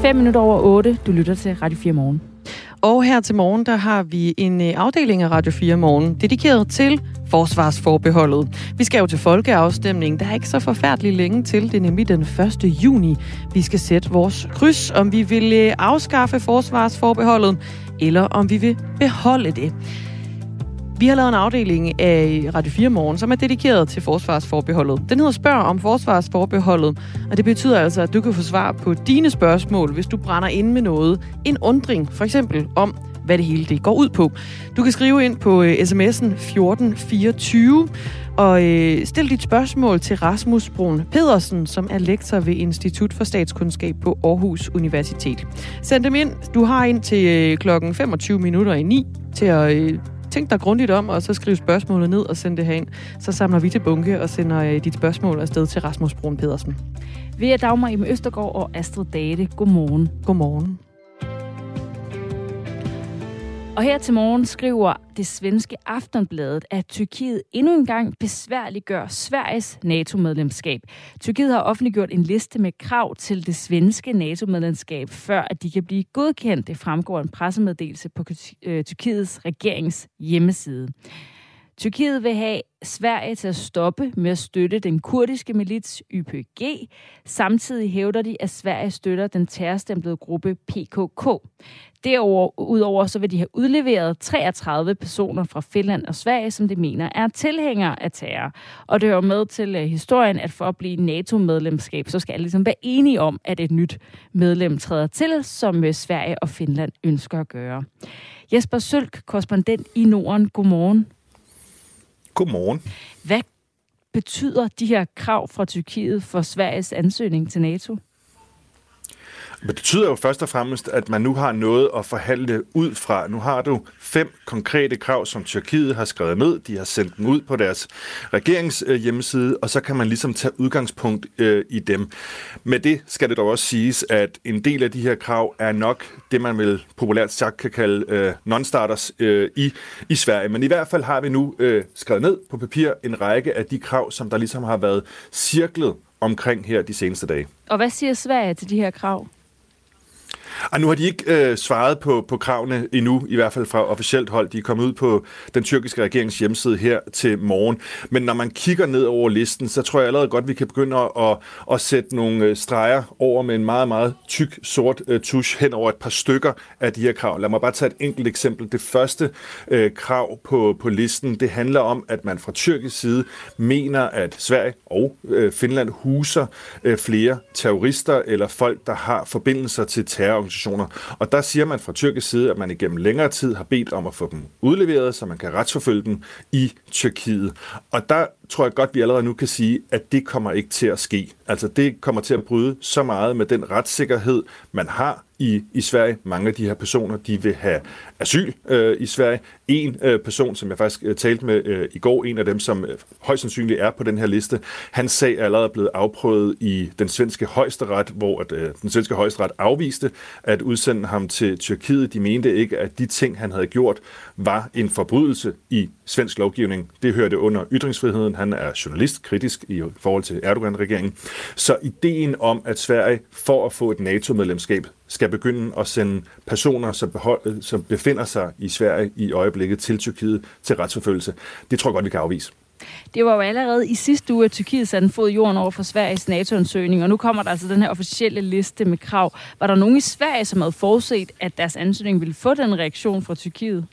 8:05. Du lytter til Radio 4 Morgen. Og her til morgen, der har vi en afdeling af Radio 4 Morgen, dedikeret til forsvarsforbeholdet. Vi skal jo til folkeafstemning. Der er ikke så forfærdeligt længe til. Det er nemlig den 1. juni. Vi skal sætte vores kryds, om vi vil afskaffe forsvarsforbeholdet, eller om vi vil beholde det. Vi har lavet en afdeling af Radio 4 Morgen, som er dedikeret til forsvarsforbeholdet. Den hedder Spørg om forsvarsforbeholdet, og det betyder altså, at du kan få svar på dine spørgsmål, hvis du brænder ind med noget. En undring, for eksempel om, hvad det hele det går ud på. Du kan skrive ind på sms'en 1424 og stil dit spørgsmål til Rasmus Brun Pedersen, som er lektor ved Institut for Statskundskab på Aarhus Universitet. Send dem ind. Du har ind til klokken 9:25 til at tænk dig grundigt om, og så skriv spørgsmålet ned og send det herind. Så samler vi til bunke og sender dit spørgsmål afsted til Rasmus Brun Pedersen. Vi er Dagmar Iben Østergaard og Astrid Date. Godmorgen. Godmorgen. Og her til morgen skriver det svenske Aftonbladet, at Tyrkiet endnu en gang besværliggør Sveriges NATO-medlemskab. Tyrkiet har offentliggjort en liste med krav til det svenske NATO-medlemskab, før at de kan blive godkendt. Det fremgår en pressemeddelelse på Tyrkiets regerings hjemmeside. Tyrkiet vil have Sverige til at stoppe med at støtte den kurdiske milits YPG. Samtidig hævder de, at Sverige støtter den terrorstemplede gruppe PKK. Derudover så vil de have udleveret 33 personer fra Finland og Sverige, som de mener er tilhængere af terror. Og det hører med til historien, at for at blive NATO-medlemskab, så skal alle ligesom være enige om, at et nyt medlem træder til, som Sverige og Finland ønsker at gøre. Jesper Sølk, korrespondent i Norden. Godmorgen. Godmorgen. Hvad betyder de her krav fra Tyrkiet for Sveriges ansøgning til NATO? Det betyder jo først og fremmest, at man nu har noget at forhandle ud fra. Nu har du 5 konkrete krav, som Tyrkiet har skrevet ned. De har sendt dem ud på deres regerings hjemmeside, og så kan man ligesom tage udgangspunkt i dem. Med det skal det dog også siges, at en del af de her krav er nok det, man vel populært sagt kan kalde non-starters i Sverige. Men i hvert fald har vi nu skrevet ned på papir en række af de krav, som der ligesom har været cirklet omkring her de seneste dage. Og hvad siger Sverige til de her krav? Og nu har de ikke svaret på kravene endnu, i hvert fald fra officielt hold. De er kommet ud på den tyrkiske regerings hjemmeside her til morgen. Men når man kigger ned over listen, så tror jeg allerede godt, vi kan begynde at sætte nogle streger over med en meget, meget tyk sort tusch hen over et par stykker af de her krav. Lad mig bare tage et enkelt eksempel. Det første krav på listen, det handler om, at man fra tyrkisk side mener, at Sverige og Finland huser flere terrorister eller folk, der har forbindelser til terrororganisationer. Og der siger man fra tyrkisk side, at man igennem længere tid har bedt om at få dem udleveret, så man kan retsforfølge dem i Tyrkiet. Og der tror jeg godt, vi allerede nu kan sige, at det kommer ikke til at ske. Altså det kommer til at bryde så meget med den retssikkerhed, man har i Sverige. Mange af de her personer, de vil have asyl i Sverige. En person, som jeg faktisk talte med i går, en af dem, som højst sandsynligt er på den her liste, hans sag er allerede blevet afprøvet i den svenske højesteret, hvor den svenske højesteret afviste at udsende ham til Tyrkiet. De mente ikke, at de ting, han havde gjort, var en forbrydelse i svensk lovgivning. Det hørte under ytringsfriheden. Han er journalist, kritisk i forhold til Erdogan-regeringen. Så ideen om, at Sverige for at få et NATO-medlemskab skal begynde at sende personer, som befinder sig i Sverige i øjeblikket til Tyrkiet til retsforfølgelse, det tror jeg godt, vi kan afvise. Det var jo allerede i sidste uge, at Tyrkiet satte en fod i jorden over for Sveriges NATO-ansøgning, og nu kommer der altså den her officielle liste med krav. Var der nogen i Sverige, som havde forudset, at deres ansøgning ville få den reaktion fra Tyrkiet?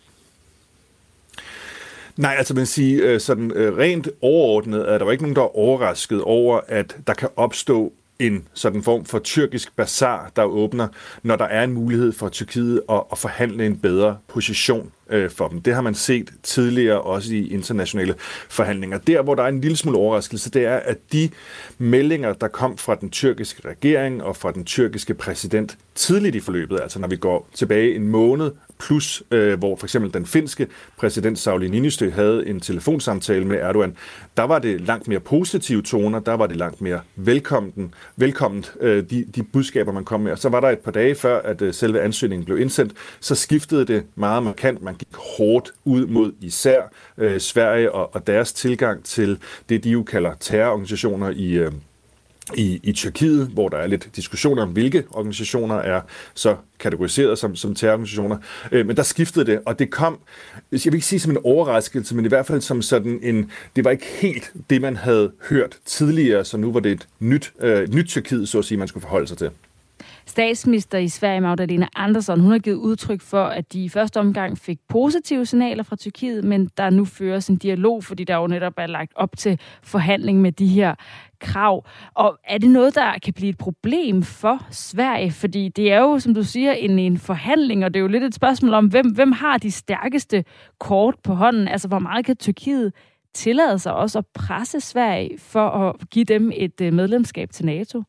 Nej, altså man siger, sådan rent overordnet er der jo ikke nogen, der er overrasket over, at der kan opstå en sådan form for tyrkisk bazar, der åbner, når der er en mulighed for Tyrkiet at forhandle en bedre position for dem. Det har man set tidligere også i internationale forhandlinger. Der, hvor der er en lille smule overraskelse, det er, at de meldinger, der kom fra den tyrkiske regering og fra den tyrkiske præsident tidligt i forløbet, altså når vi går tilbage en måned plus, hvor for eksempel den finske præsident Sauli Niinistö havde en telefonsamtale med Erdogan, der var det langt mere positive toner, der var det langt mere velkomment de budskaber, man kom med. Og så var der et par dage før, at selve ansøgningen blev indsendt, så skiftede det meget markant. Man gik hårdt ud mod især Sverige og deres tilgang til det, de jo kalder terrororganisationer i Tyrkiet, hvor der er lidt diskussioner om, hvilke organisationer er så kategoriseret som terrororganisationer. Men der skiftede det, og det kom, jeg vil ikke sige som en overraskelse, men i hvert fald som sådan det var ikke helt det, man havde hørt tidligere, så nu var det et nyt Tyrkiet, så at sige, man skulle forholde sig til. Statsminister i Sverige, Magdalena Andersson, hun har givet udtryk for, at de i første omgang fik positive signaler fra Tyrkiet, men der nu føres en dialog, fordi der jo netop er lagt op til forhandling med de her krav. Og er det noget, der kan blive et problem for Sverige? Fordi det er jo, som du siger, en forhandling, og det er jo lidt et spørgsmål om, hvem har de stærkeste kort på hånden? Altså, hvor meget kan Tyrkiet tillade sig også at presse Sverige for at give dem et medlemskab til NATO?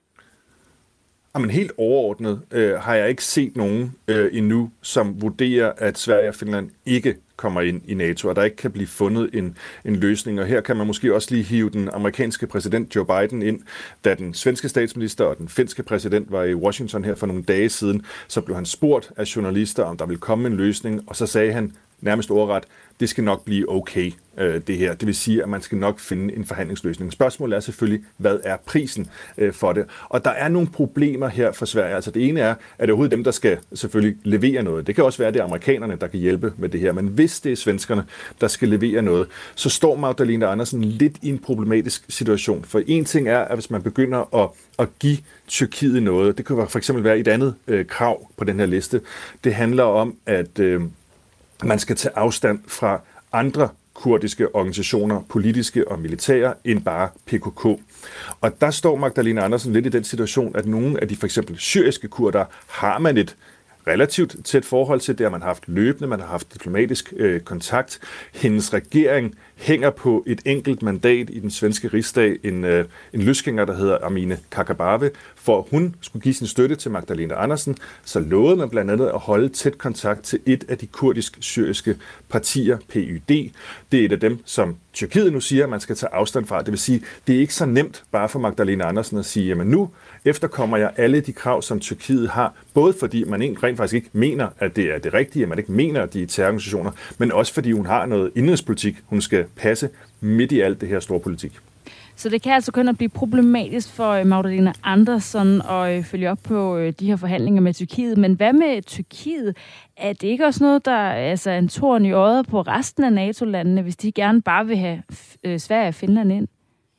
Men helt overordnet har jeg ikke set nogen endnu, som vurderer, at Sverige og Finland ikke kommer ind i NATO, og der ikke kan blive fundet en løsning. Og her kan man måske også lige hive den amerikanske præsident Joe Biden ind. Da den svenske statsminister og den finske præsident var i Washington her for nogle dage siden, så blev han spurgt af journalister, om der ville komme en løsning, og så sagde han nærmest ordret, det skal nok blive okay, det her. Det vil sige, at man skal nok finde en forhandlingsløsning. Spørgsmålet er selvfølgelig, hvad er prisen for det? Og der er nogle problemer her for Sverige. Altså det ene er, at det er overhovedet dem, der skal selvfølgelig levere noget. Det kan også være, at det er amerikanerne, der kan hjælpe med det her. Men hvis det er svenskerne, der skal levere noget, så står Magdalena Andersson lidt i en problematisk situation. For en ting er, at hvis man begynder at give Tyrkiet noget, det kan for eksempel være et andet krav på den her liste. Det handler om, at man skal tage afstand fra andre kurdiske organisationer, politiske og militære, end bare PKK. Og der står Magdalena Andersson lidt i den situation, at nogle af de for eksempel syriske kurder har man et relativt tæt forhold til. Det har man haft løbende, man har haft diplomatisk kontakt. Hendes regering hænger på et enkelt mandat i den svenske rigsdag, en løsgænger, der hedder Amineh Kakabaveh, for hun skulle give sin støtte til Magdalena Andersson, så lovede man blandt andet at holde tæt kontakt til et af de kurdisk-syriske partier, PYD. Det er et af dem, som Tyrkiet nu siger, at man skal tage afstand fra. Det vil sige, det er ikke så nemt bare for Magdalena Andersson at sige, jamen nu efterkommer jeg alle de krav, som Tyrkiet har, både fordi man rent faktisk ikke mener, at det er det rigtige, at man ikke mener, at de er terrororganisationer, men også fordi hun har noget indenrigspolitik, hun skal passe midt i alt det her store politik. Så det kan altså kun blive problematisk for Magdalena Andersson at følge op på de her forhandlinger med Tyrkiet. Men hvad med Tyrkiet? Er det ikke også noget, der er en torn i øjet på resten af NATO-landene, hvis de gerne bare vil have Sverige og Finland ind?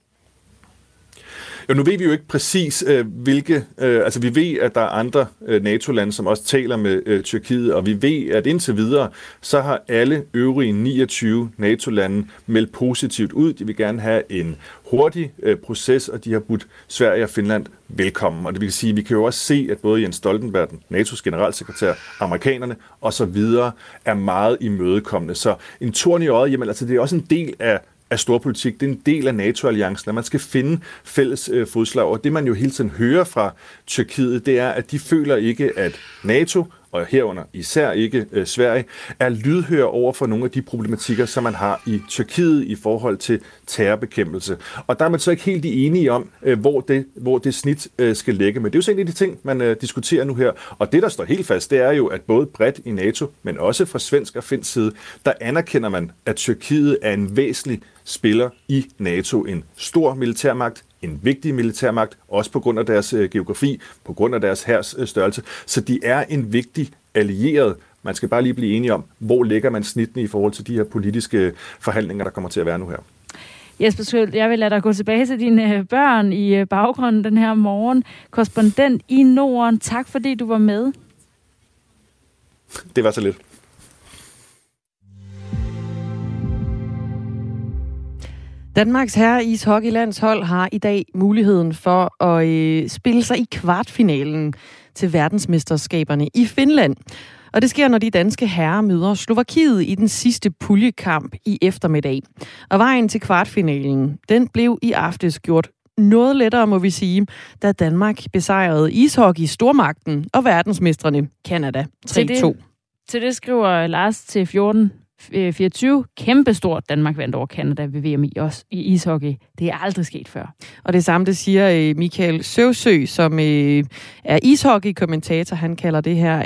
Jo, nu ved vi jo ikke præcis, hvilke... altså, vi ved, at der er andre NATO-lande, som også taler med Tyrkiet, og vi ved, at indtil videre, så har alle øvrige 29 NATO-lande meldt positivt ud. De vil gerne have en hurtig proces, og de har budt Sverige og Finland velkommen. Og det vil sige, at vi kan jo også se, at både Jens Stoltenberg, NATO's generalsekretær, amerikanerne og så videre, er meget imødekommende. Så en torn i øjet, jamen altså, det er også en del af storpolitik. Det er en del af NATO-alliancen, at man skal finde fælles fodslag. Og det, man jo hele tiden hører fra Tyrkiet, det er, at de føler ikke, at NATO, og herunder især ikke Sverige, er lydhør over for nogle af de problematikker, som man har i Tyrkiet i forhold til terrorbekæmpelse. Og der er man så ikke helt enige om, hvor det snit skal ligge. Men det er jo så en af de ting, man diskuterer nu her. Og det, der står helt fast, det er jo, at både bredt i NATO, men også fra svensk og finsk side, der anerkender man, at Tyrkiet er en væsentlig spiller i NATO. En stor militærmagt, en vigtig militærmagt, også på grund af deres geografi, på grund af deres hærs størrelse. Så de er en vigtig allieret. Man skal bare lige blive enige om, hvor lægger man snitten i forhold til de her politiske forhandlinger, der kommer til at være nu her. Jesper Skjold, jeg vil lade dig gå tilbage til dine børn i baggrunden den her morgen. Korrespondent i Norden, tak fordi du var med. Det var så lidt. Danmarks herre ishockeylandshold har i dag muligheden for at spille sig i kvartfinalen til verdensmesterskaberne i Finland. Og det sker, når de danske herrer møder Slovakiet i den sidste puljekamp i eftermiddag. Og vejen til kvartfinalen, den blev i aftes gjort noget lettere, må vi sige, da Danmark besejrede ishockey-stormagten og verdensmestrene Canada 3-2. Til det skriver Lars til 1424. Kæmpestort Danmark vandt over Canada ved VM i ishockey. Det er aldrig sket før. Og det samme, det siger Michael Søvsø, som er ishockey-kommentator. Han kalder det her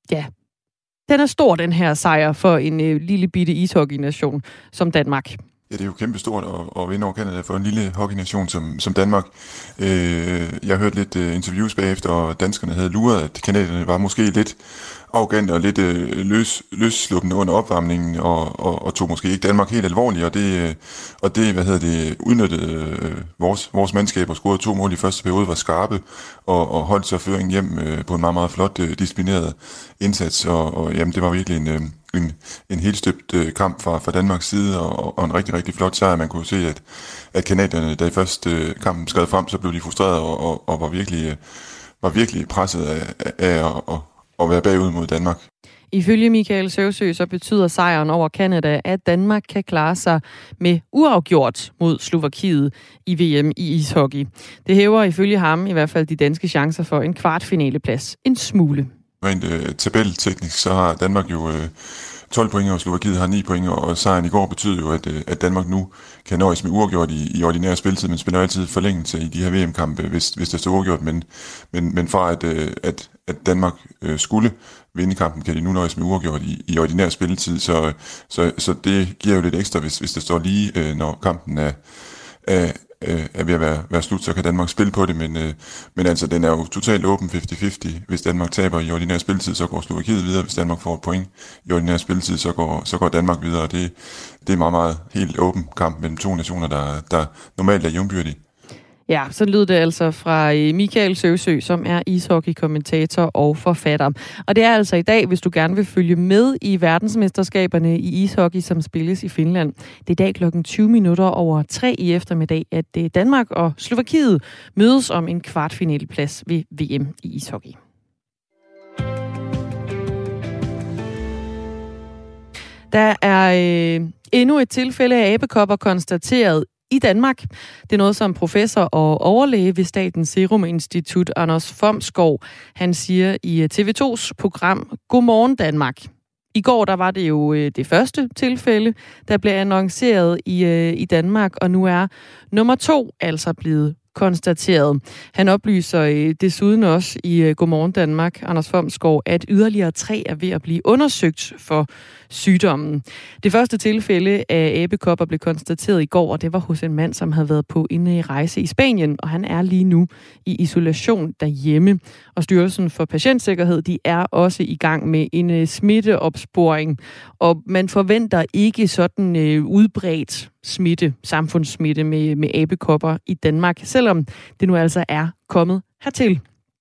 den er stor, den her sejr for en lille bitte ishockey-nation som Danmark. Ja, det er jo kæmpestort at vinde over Canada for en lille hockeynation som Danmark. Jeg hørte lidt interviews bagefter, og danskerne havde luret, at canadierne var måske lidt arrogante og lidt løssluppende under opvarmningen, og tog måske ikke Danmark helt alvorligt, og det udnyttede vores mandskab og scorede 2 mål i første periode, var skarpe, og holdt så føringen hjem på en meget, meget flot, disciplineret indsats, og jamen, det var virkelig en helt støbt kamp fra Danmarks side, og en rigtig, rigtig flot sejr. Man kunne se, at canadierne, da i første kampen skred frem, så blev de frustrerede og var virkelig presset af at være bagud mod Danmark. Ifølge Michael Søvsø, så betyder sejren over Canada, at Danmark kan klare sig med uafgjort mod Slovakiet i VM i ishockey. Det hæver ifølge ham i hvert fald de danske chancer for en kvartfinaleplads en smule. Rent tabelteknisk, så har Danmark jo 12 point, og Slovakiet har 9 point, og sejren i går betyder jo, at Danmark nu kan nøjes med uafgjort i ordinær spilletid, men spiller altid forlængelse i de her VM-kampe, hvis det står uafgjort, men fra at Danmark skulle vinde kampen, kan de nu nøjes med uafgjort i ordinær spilletid, så det giver jo lidt ekstra, hvis det står lige, når kampen er ved at være slut, så kan Danmark spille på det, men altså, den er jo totalt åben 50-50. Hvis Danmark taber i ordinær spilletid, så går Slovakiet videre. Hvis Danmark får et point i ordinær spilletid, så går Danmark videre. Det er meget, meget helt åben kamp mellem 2 nationer, der normalt er jævnbyrdige. Ja, så lød det altså fra Michael Søvsø, som er ishockey-kommentator og forfatter. Og det er altså i dag, hvis du gerne vil følge med i verdensmesterskaberne i ishockey, som spilles i Finland. Det er i dag klokken 3:20 i eftermiddag, at Danmark og Slovakiet mødes om en kvartfinaleplads ved VM i ishockey. Der er endnu et tilfælde af abekopper konstateret i Danmark. Det er noget, som professor og overlæge ved Statens Serum Institut, Anders Fomsgaard, han siger i TV2's program Godmorgen Danmark. I går der var det jo det første tilfælde, der blev annonceret i Danmark, og nu er nummer 2 altså blevet konstateret. Han oplyser desuden også i Godmorgen Danmark, Anders Fomsgaard, at yderligere 3 er ved at blive undersøgt for sygdommen. Det første tilfælde af abekopper blev konstateret i går, og det var hos en mand, som havde været på en rejse i Spanien, og han er lige nu i isolation derhjemme. Og Styrelsen for Patientsikkerhed, de er også i gang med en smitteopsporing, og man forventer ikke sådan udbredt samfundssmitte med abekopper i Danmark, selvom det nu altså er kommet hertil.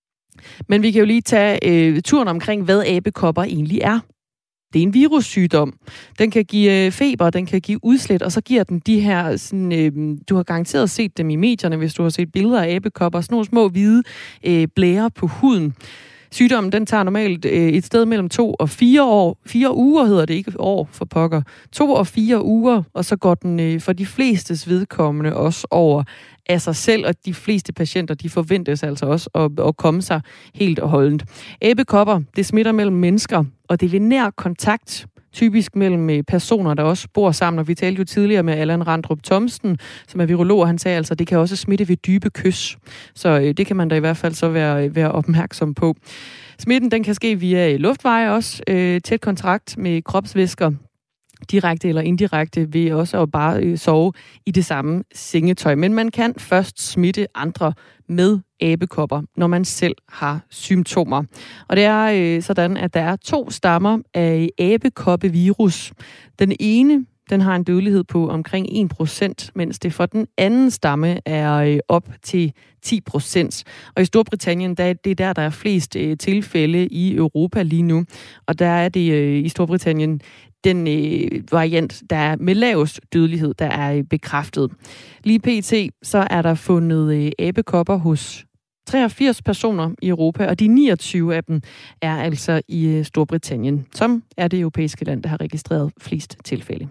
Men vi kan jo lige tage turen omkring, hvad abekopper egentlig er. Det er en virussygdom. Den kan give feber, den kan give udslæt, og så giver den de her, sådan, du har garanteret set dem i medierne, hvis du har set billeder af abekopper, sådan nogle små hvide blærer på huden. Sygdommen, den tager normalt et sted mellem 2 og 4 år. 4 uger hedder det, ikke år for pokker. 2 og 4 uger, og så går den for de flestes vedkommende også over af sig selv, og de fleste patienter, de forventes altså også at komme sig helt og holdent. Abekopper, det smitter mellem mennesker, og det er ved nær kontakt, typisk mellem personer, der også bor sammen. Og vi talte jo tidligere med Allan Randrup Thomsen, som er virolog, og han sagde altså, at det kan også smitte ved dybe kys. Så det kan man da i hvert fald så være opmærksom på. Smitten, den kan ske via luftveje også, tæt kontakt med kropsvæsker, direkte eller indirekte, ved også at bare sove i det samme sengetøj. Men man kan først smitte andre med abekopper, når man selv har symptomer. Og det er sådan, at der er 2 stammer af abekoppevirus. Den ene, den har en dødelighed på omkring 1%, mens det for den anden stamme er op til 10%. Og i Storbritannien, det er der er flest tilfælde i Europa lige nu. Og der er det i Storbritannien den variant, der er med lavest dødelighed, der er bekræftet. Lige pt. Så er der fundet abekopper hos 83 personer i Europa, og de 29 af dem er altså i Storbritannien, som er det europæiske land, der har registreret flest tilfælde.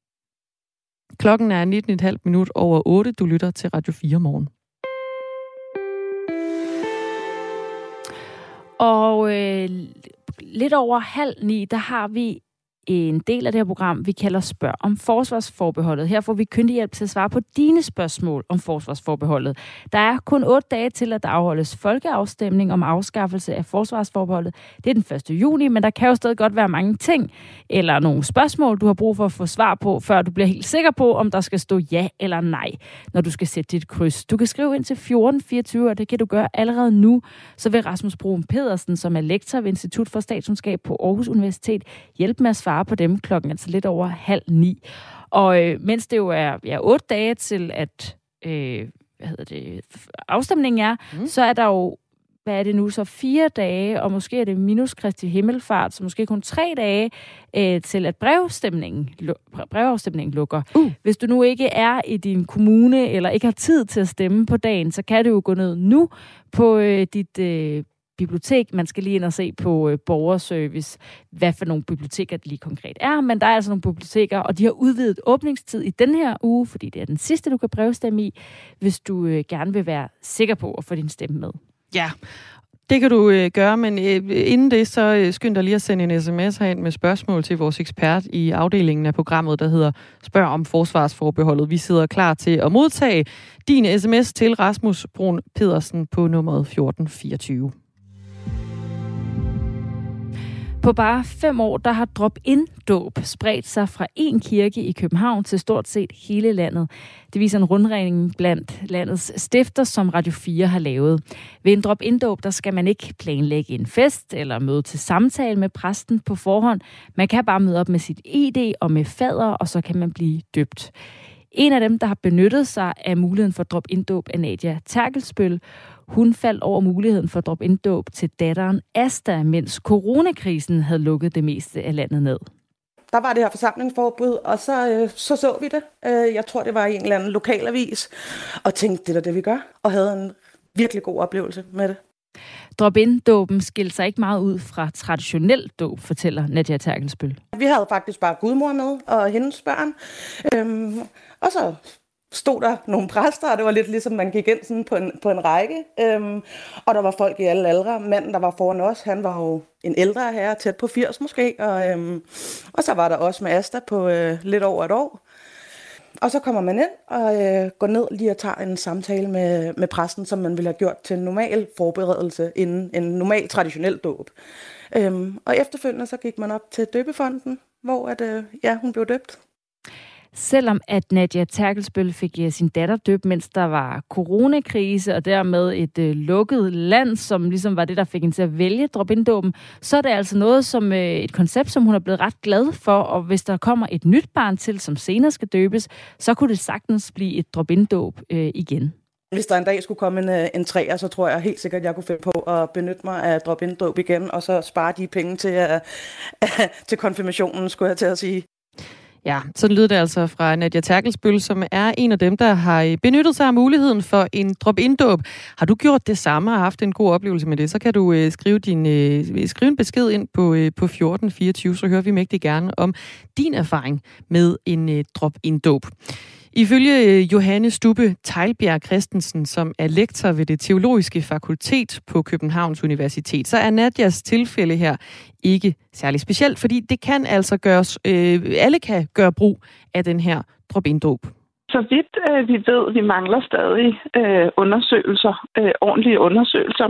Klokken er 19:30 Du lytter til Radio 4 morgen. Og lidt over 8:30, der har vi en del af det her program, vi kalder Spørg om forsvarsforbeholdet. Her får vi kyndig hjælp til at svare på dine spørgsmål om forsvarsforbeholdet. Der er kun 8 dage til, at der afholdes folkeafstemning om afskaffelse af forsvarsforbeholdet. Det er den 1. juni, men der kan jo stadig godt være mange ting eller nogle spørgsmål, du har brug for at få svar på, før du bliver helt sikker på, om der skal stå ja eller nej, når du skal sætte dit kryds. Du kan skrive ind til 1424, og det kan du gøre allerede nu. Så vil Rasmus Broen Pedersen, som er lektor ved Institut for Statskundskab på Aarhus Universitet, hjælpe med at svare på dem klokken, altså lidt over 8:30. Og mens det jo er 8 dage til, at afstemningen er, så er der jo, hvad er det nu, så 4 dage, og måske er det minus Kristi Himmelfart, så måske kun 3 dage til, at brevafstemningen lukker. Hvis du nu ikke er i din kommune, eller ikke har tid til at stemme på dagen, så kan du jo gå ned nu på dit bibliotek. Man skal lige ind og se på borgerservice, hvad for nogle biblioteker det lige konkret er. Men der er altså nogle biblioteker, og de har udvidet åbningstid i den her uge, fordi det er den sidste, du kan brevstemme i, hvis du gerne vil være sikker på at få din stemme med. Ja, det kan du gøre, men inden det, så skynd dig lige at sende en sms herind med spørgsmål til vores ekspert i afdelingen af programmet, der hedder Spørg om forsvarsforbeholdet. Vi sidder klar til at modtage din sms til Rasmus Broen Pedersen på nummeret 1424. På bare 5 år, der har drop-in-dåb spredt sig fra en kirke i København til stort set hele landet. Det viser en rundregning blandt landets stifter, som Radio 4 har lavet. Ved en drop-in-dåb, der skal man ikke planlægge en fest eller møde til samtale med præsten på forhånd. Man kan bare møde op med sit ID og med fader, og så kan man blive døbt. En af dem, der har benyttet sig af muligheden for drop-in-dåb, er Nadia Terkelsbøl. Hun faldt over muligheden for drop-in-dåb til datteren Asta, mens coronakrisen havde lukket det meste af landet ned. Der var det her forsamlingsforbud, og så vi det. Jeg tror, det var i en eller anden lokalavis, og tænkte, det er det, vi gør, og havde en virkelig god oplevelse med det. Drop-in-dåben skilte sig ikke meget ud fra traditionel dåb, fortæller Nadia Terkelsbøl. Vi havde faktisk bare gudmor med og hendes børn, og så stod der nogle præster, og det var lidt ligesom, man gik ind sådan på en række. Og der var folk i alle aldre. Manden, der var foran os, han var jo en ældre herre, tæt på 80 måske. Og så var der også med Asta på lidt over et år. Og så kommer man ind og går ned lige og tager en samtale med præsten, som man ville have gjort til en normal forberedelse inden en normal traditionel dåb. Og efterfølgende så gik man op til døbefonden, hvor hun blev døbt. Selvom at Nadia Terkelsbøl fik sin datter døbt, mens der var coronakrise og dermed et lukket land, som ligesom var det, der fik hende til at vælge drop-in-dåben, så er det altså noget som et koncept, som hun er blevet ret glad for, og hvis der kommer et nyt barn til, som senere skal døbes, så kunne det sagtens blive et drop-in-dåb igen. Hvis der en dag skulle komme en træer, så tror jeg helt sikkert, at jeg kunne finde på at benytte mig af drop-in-dåb igen, og så spare de penge til konfirmationen, skulle jeg til at sige. Ja, sådan lyder det altså fra Nadia Terkelsbøl, som er en af dem, der har benyttet sig af muligheden for en drop-in-dåb. Har du gjort det samme og haft en god oplevelse med det, så kan du skrive en besked ind på 1424, så hører vi mægtig gerne om din erfaring med en drop-in-dåb. Ifølge Johanne Stubbe Teilbjerg Christensen, som er lektor ved det teologiske fakultet på Københavns Universitet, så er Nadias tilfælde her ikke særlig specielt, fordi det kan altså gøres, alle kan gøre brug af den her drop-in-dåb. Så vidt vi ved, vi mangler stadig ordentlige undersøgelser,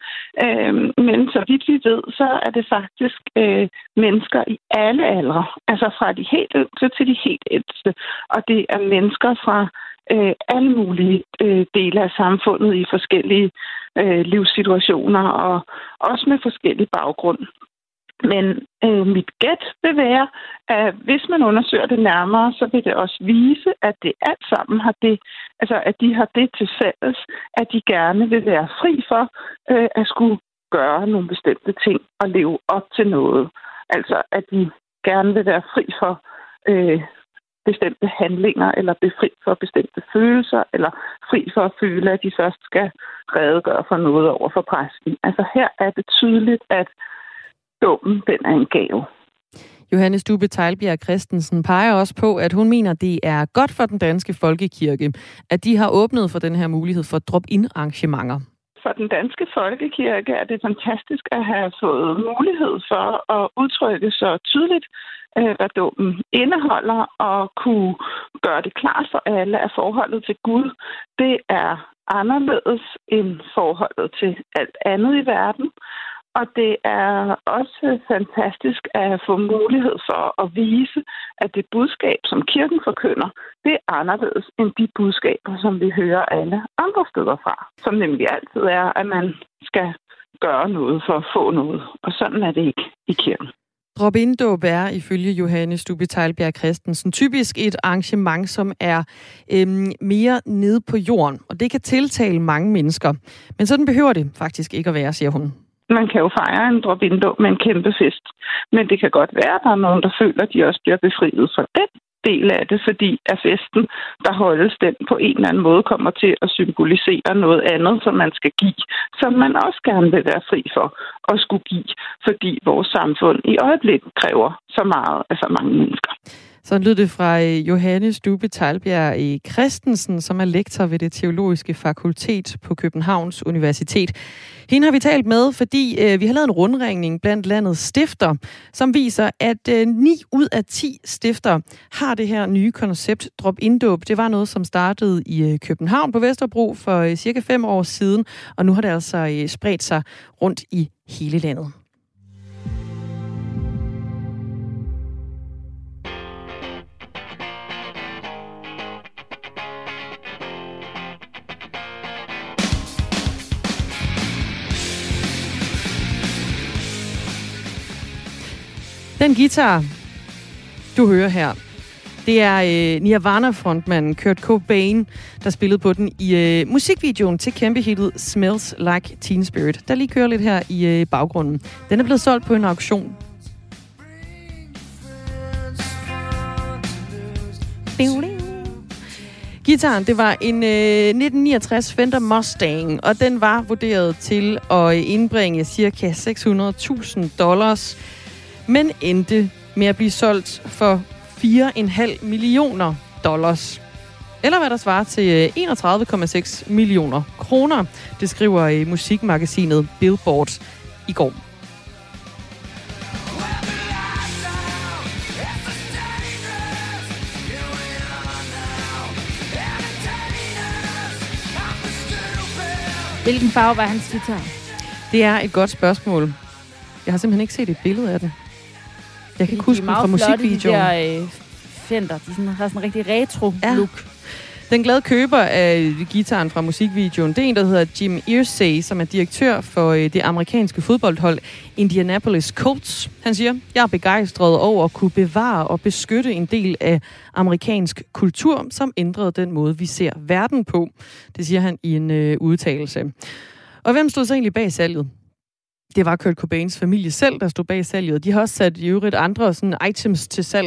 men så vidt vi ved, så er det faktisk mennesker i alle aldre, altså fra de helt yngste til de helt ældste, og det er mennesker fra alle mulige dele af samfundet i forskellige livssituationer og også med forskellig baggrund. Men mit gæt vil være, at hvis man undersøger det nærmere, så vil det også vise, at det alt sammen har det, altså at de har det til fælles, at de gerne vil være fri for at skulle gøre nogle bestemte ting og leve op til noget. Altså at de gerne vil være fri for bestemte handlinger, eller befri for bestemte følelser, eller fri for at føle, at de først skal redegøre for noget over for præsten. Altså her er det tydeligt, at dåben, den er en gave. Johanne Stubbe Teilbjerg Christensen peger også på, at hun mener, det er godt for den danske folkekirke, at de har åbnet for den her mulighed for drop-in-arrangementer. for den danske folkekirke er det fantastisk at have fået mulighed for at udtrykke så tydeligt, hvad dåben indeholder, og kunne gøre det klart for alle, at forholdet til Gud, det er anderledes end forholdet til alt andet i verden. Og det er også fantastisk at få mulighed for at vise, at det budskab, som kirken forkynder, det er anderledes end de budskaber, som vi hører alle andre steder fra. Som nemlig altid er, at man skal gøre noget for at få noget. Og sådan er det ikke i kirken. Drop-in-dåb er ifølge Johanne Stubbe Teglbjerg Christensen typisk et arrangement, som er mere nede på jorden, og det kan tiltale mange mennesker. Men sådan behøver det faktisk ikke at være, siger hun. Man kan jo fejre en drop-in-dåb med en kæmpe fest, men det kan godt være, at der er nogen, der føler, at de også bliver befriet fra den del af det, fordi at festen, der holdes den på en eller anden måde, kommer til at symbolisere noget andet, som man skal give, som man også gerne vil være fri for at skulle give, fordi vores samfund i øjeblikket kræver så meget af så mange mennesker. Så lød det fra Johanne Stubbe Teglbjerg Christensen, som er lektor ved det teologiske fakultet på Københavns Universitet. Hende har vi talt med, fordi vi har lavet en rundringning blandt landets stifter, som viser, at 9 ud af 10 stifter har det her nye koncept drop-in-dåb. Det var noget, som startede i København på Vesterbro for cirka 5 år siden, og nu har det altså spredt sig rundt i hele landet. Den guitar, du hører her, det er Nirvana-frontmanden Kurt Cobain, der spillede på den i musikvideoen til kæmpehittet Smells Like Teen Spirit, der lige kører lidt her i baggrunden. Den er blevet solgt på en auktion. Guitaren, det var en 1969 Fender Mustang, og den var vurderet til at indbringe ca. $600,000, men endte med at blive solgt for $4,5 millioner. Eller hvad der svarer til 31,6 millioner kroner. Det skriver musikmagasinet Billboard i går. Hvilken farve var hans guitar? Det er et godt spørgsmål. Jeg har simpelthen ikke set et billede af den. Jeg kan ikke huske den fra musikvideoen. De der Fender, de har sådan en rigtig retro-look. Den glade køber af guitaren fra musikvideoen, det er en, der hedder Jim Irsay, som er direktør for det amerikanske fodboldhold Indianapolis Colts. Han siger, jeg er begejstret over at kunne bevare og beskytte en del af amerikansk kultur, som ændrede den måde, vi ser verden på. Det siger han i en udtalelse. Og hvem stod så egentlig bag salget? Det var Kurt Cobains familie selv, der stod bag salget. De har også sat i øvrigt andre sådan items til salg.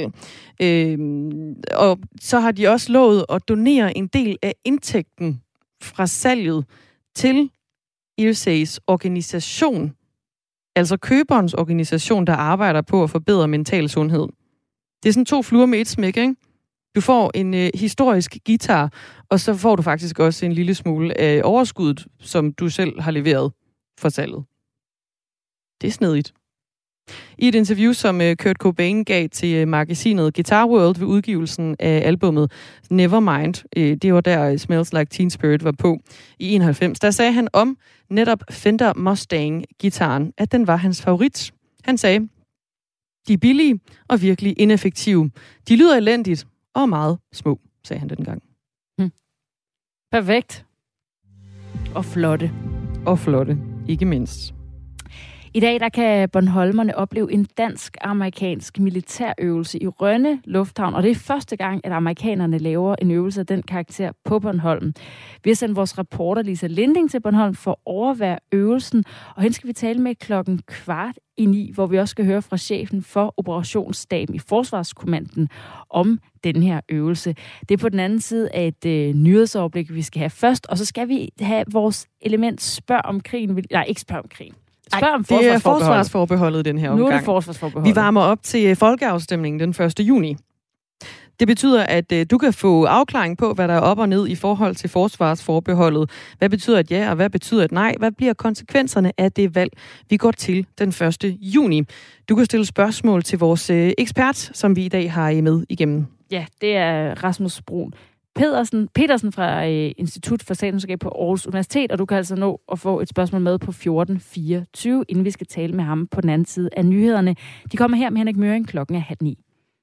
Og så har de også lovet at donere en del af indtægten fra salget til Irsays organisation. Altså køberens organisation, der arbejder på at forbedre mental sundhed. Det er sådan 2 fluer med et smæk, ikke? Du får en historisk guitar, og så får du faktisk også en lille smule af overskuddet, som du selv har leveret for salget. Det er snedigt. I et interview, som Kurt Cobain gav til magasinet Guitar World ved udgivelsen af albummet Nevermind, det var der Smells Like Teen Spirit var på i 91, der sagde han om netop Fender Mustang-gitaren, at den var hans favorit. Han sagde, de er billige og virkelig ineffektive. De lyder elendigt og meget små, sagde han dengang. Perfekt. Og flotte. Og flotte, ikke mindst. I dag der kan bornholmerne opleve en dansk-amerikansk militærøvelse i Rønne Lufthavn, og det er første gang, at amerikanerne laver en øvelse af den karakter på Bornholm. Vi har sendt vores reporter Lisa Linding til Bornholm for at overvære øvelsen, og hende skal vi tale med 8:15, hvor vi også skal høre fra chefen for operationsstaben i Forsvarskommandoen om den her øvelse. Det er på den anden side af et nyhedsoverblik, vi skal have først, og så skal vi have vores element Spørg om krigen. Nej, ikke Spørg om krigen. Det er forsvarsforbeholdet den her omgang. Nu er det forsvarsforbeholdet. Vi varmer op til folkeafstemningen den 1. juni. Det betyder, at du kan få afklaring på, hvad der er op og ned i forhold til forsvarsforbeholdet. Hvad betyder et ja, og hvad betyder et nej? Hvad bliver konsekvenserne af det valg, vi går til den 1. juni? Du kan stille spørgsmål til vores ekspert, som vi i dag har med igennem. Ja, det er Rasmus Bruun Petersen fra Institut for Statskundskab på Aarhus Universitet, og du kan altså nå at få et spørgsmål med på 1424, inden vi skal tale med ham på den anden side af nyhederne. De kommer her med Henrik Møring, klokken er 8:30.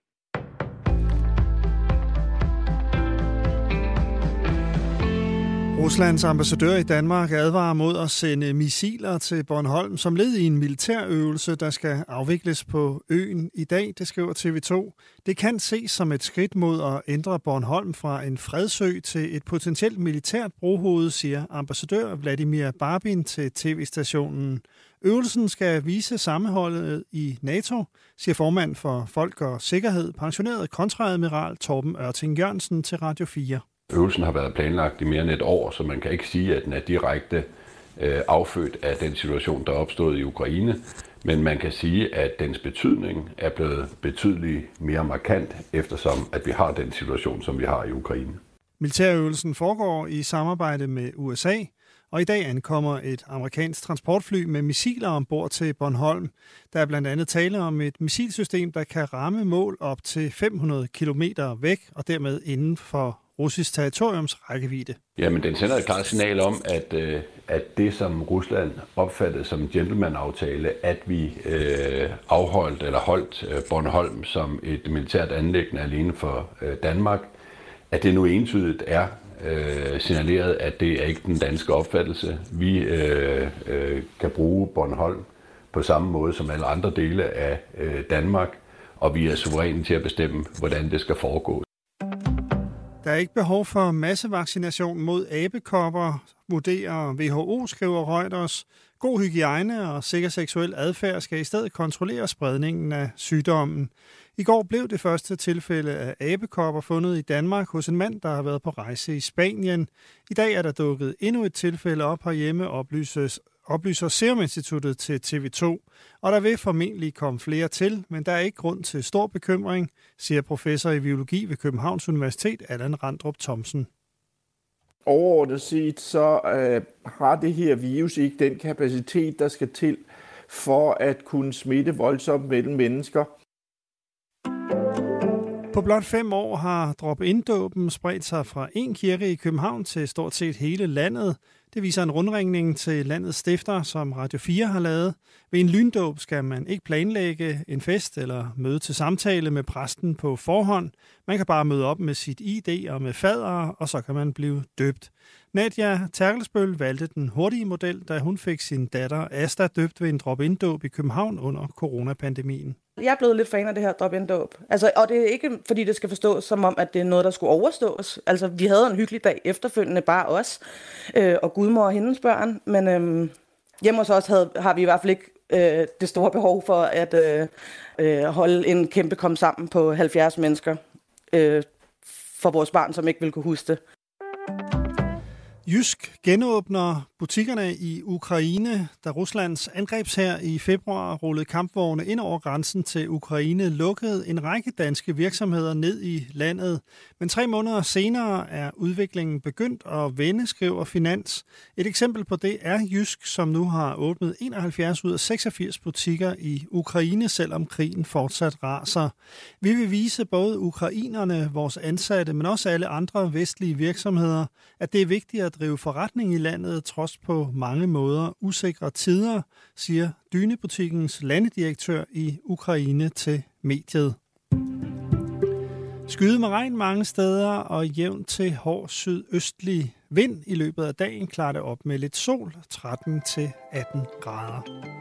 Ruslands ambassadør i Danmark advarer mod at sende missiler til Bornholm som led i en militærøvelse, der skal afvikles på øen i dag, det skriver TV2. Det kan ses som et skridt mod at ændre Bornholm fra en fredsø til et potentielt militært brohoved, siger ambassadør Vladimir Barbin til tv-stationen. Øvelsen skal vise sammenholdet i NATO, siger formand for Folk og Sikkerhed, pensioneret kontreadmiral Torben Ørting Jørgensen til Radio 4. Øvelsen har været planlagt i mere end et år, så man kan ikke sige, at den er direkte affødt af den situation, der er opstået i Ukraine. Men man kan sige, at dens betydning er blevet betydeligt mere markant, eftersom at vi har den situation, som vi har i Ukraine. Militærøvelsen foregår i samarbejde med USA, og i dag ankommer et amerikansk transportfly med missiler ombord til Bornholm. Der er blandt andet tale om et missilsystem, der kan ramme mål op til 500 kilometer væk, og dermed inden for russisk territoriums rækkevidde. Jamen, den sender et klart signal om, at det, som Rusland opfattede som en gentleman-aftale, at vi holdt Bornholm som et militært anliggende alene for Danmark, at det nu entydigt er signaleret, at det er ikke den danske opfattelse. Vi kan bruge Bornholm på samme måde som alle andre dele af Danmark, og vi er suveræne til at bestemme, hvordan det skal foregå. Der er ikke behov for massevaccination mod abekopper, vurderer WHO, skriver Reuters. God hygiejne og sikker seksuel adfærd skal i stedet kontrollere spredningen af sygdommen. I går blev det første tilfælde af abekopper fundet i Danmark hos en mand, der har været på rejse i Spanien. I dag er der dukket endnu et tilfælde op herhjemme, oplyser Serum Instituttet til TV2. Og der vil formentlig komme flere til, men der er ikke grund til stor bekymring, siger professor i biologi ved Københavns Universitet, Allan Randrup Thomsen. Overordnet set, så har det her virus ikke den kapacitet, der skal til for at kunne smitte voldsomt mellem mennesker. På blot 5 år har drop-in-dåben spredt sig fra en kirke i København til stort set hele landet. Det viser en rundringning til landets stifter, som Radio 4 har lavet. Ved en lyndåb skal man ikke planlægge en fest eller møde til samtale med præsten på forhånd. Man kan bare møde op med sit ID og med fader, og så kan man blive døbt. Nadia Terkelsbøl valgte den hurtige model, da hun fik sin datter Asta døbt ved en drop-in-dåb i København under coronapandemien. Jeg er blevet lidt fan af det her drop-in-dåb. Altså, og det er ikke, fordi det skal forstås som om, at det er noget, der skulle overstås. Altså, vi havde en hyggelig dag efterfølgende, bare os og gudmor og hendes børn. Men hjemme hos os har vi i hvert fald ikke det store behov for at holde en kæmpe kom sammen på 70 mennesker for vores barn, som ikke vil kunne huske det. Jysk genåbner butikkerne i Ukraine, da Ruslands angrebshær i februar rullede kampvogne ind over grænsen til Ukraine, lukkede en række danske virksomheder ned i landet. Men 3 måneder senere er udviklingen begyndt at vende, skriver Finans. Et eksempel på det er Jysk, som nu har åbnet 71 ud af 86 butikker i Ukraine, selvom krigen fortsat raser. Vi vil vise både ukrainerne, vores ansatte, men også alle andre vestlige virksomheder, at det er vigtigt at drive forretning i landet trods på mange måder usikre tider, siger Dynebutikkens landedirektør i Ukraine til mediet. Skyde med regn mange steder og jævn til hård sydøstlig vind. I løbet af dagen klarer det op med lidt sol, 13-18 grader.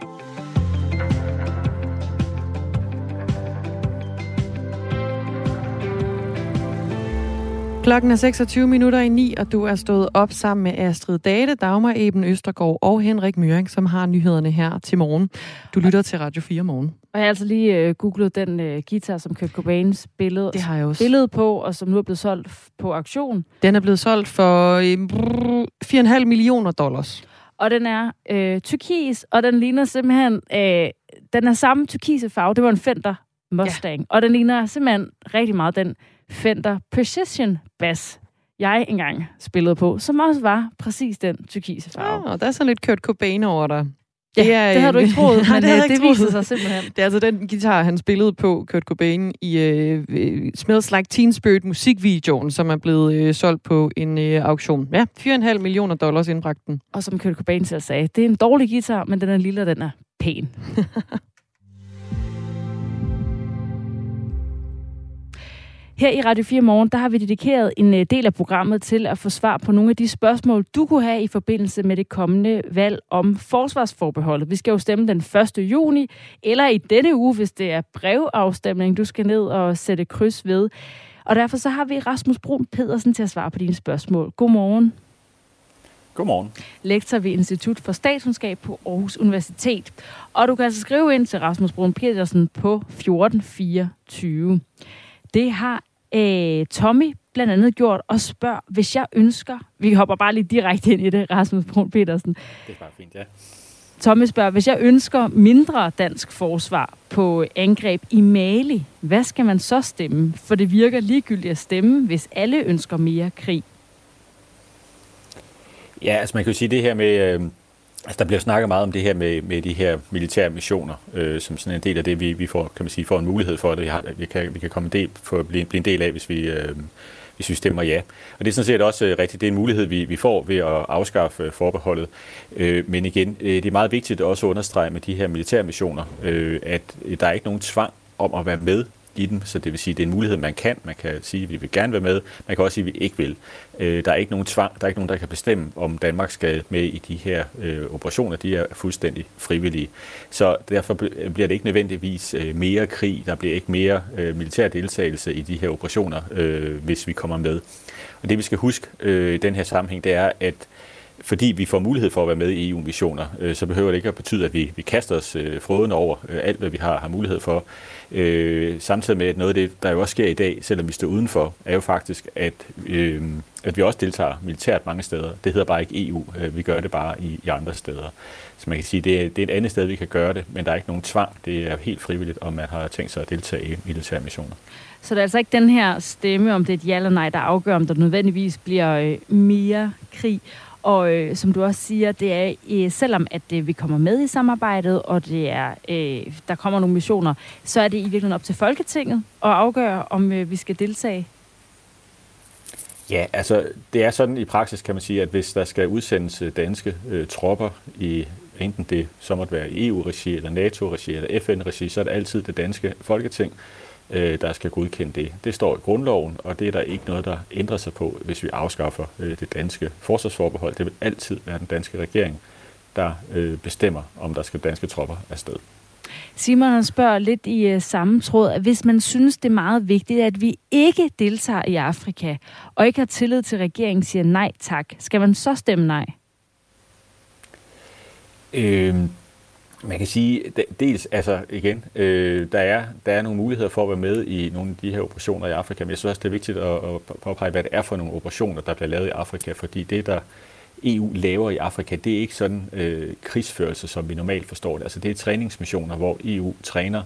Klokken er 26:09, og du er stået op sammen med Astrid Date, Dagmar Eben Østergaard og Henrik Møring, som har nyhederne her til morgen. Du lytter til Radio 4 morgen. Og jeg har altså lige googlet den guitar, som Kurt Cobains billede på, og som nu er blevet solgt på auktion. Den er blevet solgt for $4,5 millioner. Og den er turkis, og den ligner simpelthen, den er samme turkise farve. Det var en Fender Mustang, og den ligner simpelthen rigtig meget den Fender Precision Bass, jeg engang spillede på, som også var præcis den turkise farve. Og der er sådan lidt Kurt Cobain over dig. Det havde du ikke troet, men det viser sig simpelthen. Det er altså den guitar, han spillede på, Kurt Cobain, i Smells Like Teen Spirit musikvideoen, som er blevet solgt på en auktion. Ja, $4,5 million indbragt den. Og som Kurt Cobain selv sagde, det er en dårlig guitar, men den er lille, og den er pæn. Her i Radio 4 Morgen, der har vi dedikeret en del af programmet til at få svar på nogle af de spørgsmål, du kunne have i forbindelse med det kommende valg om forsvarsforbeholdet. Vi skal jo stemme den 1. juni, eller i denne uge, hvis det er brevafstemning, du skal ned og sætte kryds ved. Og derfor så har vi Rasmus Bruun Pedersen til at svare på dine spørgsmål. Godmorgen. Godmorgen. Lektor ved Institut for Statskundskab på Aarhus Universitet. Og du kan altså skrive ind til Rasmus Bruun Pedersen på 1424. Det har Tommy blandt andet gjort og spørger, hvis jeg ønsker... Vi hopper bare lige direkte ind i det, Rasmus Bruun Pedersen. Det er bare fint, ja. Tommy spørger, hvis jeg ønsker mindre dansk forsvar på angreb i Mali, hvad skal man så stemme? For det virker ligegyldigt at stemme, hvis alle ønsker mere krig. Ja, altså man kan jo sige det her med... der bliver snakket meget om det her med de her militære missioner, som sådan en del af det, vi får, kan man sige, får en mulighed for, at vi kan komme blive en del af, hvis vi stemmer ja. Og det er sådan set også rigtigt. Det er en mulighed, vi får ved at afskaffe forbeholdet. Men igen, det er meget vigtigt også at understrege med de her militære missioner, at der er ikke nogen tvang om at være med i dem, så det vil sige, at det er en mulighed, man kan sige, at vi vil gerne være med, man kan også sige, at vi ikke vil. Der er ikke nogen tvang, der er ikke nogen, der kan bestemme, om Danmark skal med i de her operationer, de er fuldstændig frivillige. Så derfor bliver det ikke nødvendigvis mere krig, der bliver ikke mere militær deltagelse i de her operationer, hvis vi kommer med. Og det vi skal huske i den her sammenhæng, det er, at fordi vi får mulighed for at være med i EU-missioner, så behøver det ikke at betyde, at vi kaster os frådende over alt, hvad vi har mulighed for. Samtidig med, at noget af det, der jo også sker i dag, selvom vi står udenfor, er jo faktisk, at vi også deltager militært mange steder. Det hedder bare ikke EU. Vi gør det bare i andre steder. Så man kan sige, det er et andet sted, vi kan gøre det, men der er ikke nogen tvang. Det er helt frivilligt, om man har tænkt sig at deltage i militære missioner. Så det er altså ikke den her stemme, om det er et ja eller nej, der afgør, om der nødvendigvis bliver mere krig. Og som du også siger, det er, selvom at vi kommer med i samarbejdet, og det er, der kommer nogle missioner, så er det i virkeligheden op til Folketinget at afgøre, om vi skal deltage. Ja, altså det er sådan i praksis, kan man sige, at hvis der skal udsendes danske tropper i enten det så måtte være i EU-regi, eller NATO-regi, eller FN-regi, så er det altid det danske Folketing, der skal godkende det. Det står i grundloven, og det er der ikke noget, der ændrer sig på, hvis vi afskaffer det danske forsvarsforbehold. Det vil altid være den danske regering, der bestemmer, om der skal danske tropper afsted. Simon spørger lidt i samme tråd, at hvis man synes, det er meget vigtigt, at vi ikke deltager i Afrika, og ikke har tillid til regeringen, siger nej tak, skal man så stemme nej? Man kan sige, dels, altså igen, der er nogle muligheder for at være med i nogle af de her operationer i Afrika, men jeg synes også, det er vigtigt at påpege, hvad det er for nogle operationer, der bliver lavet i Afrika, fordi det, der EU laver i Afrika, det er ikke sådan krigsførelse, som vi normalt forstår det. Altså det er træningsmissioner, hvor EU træner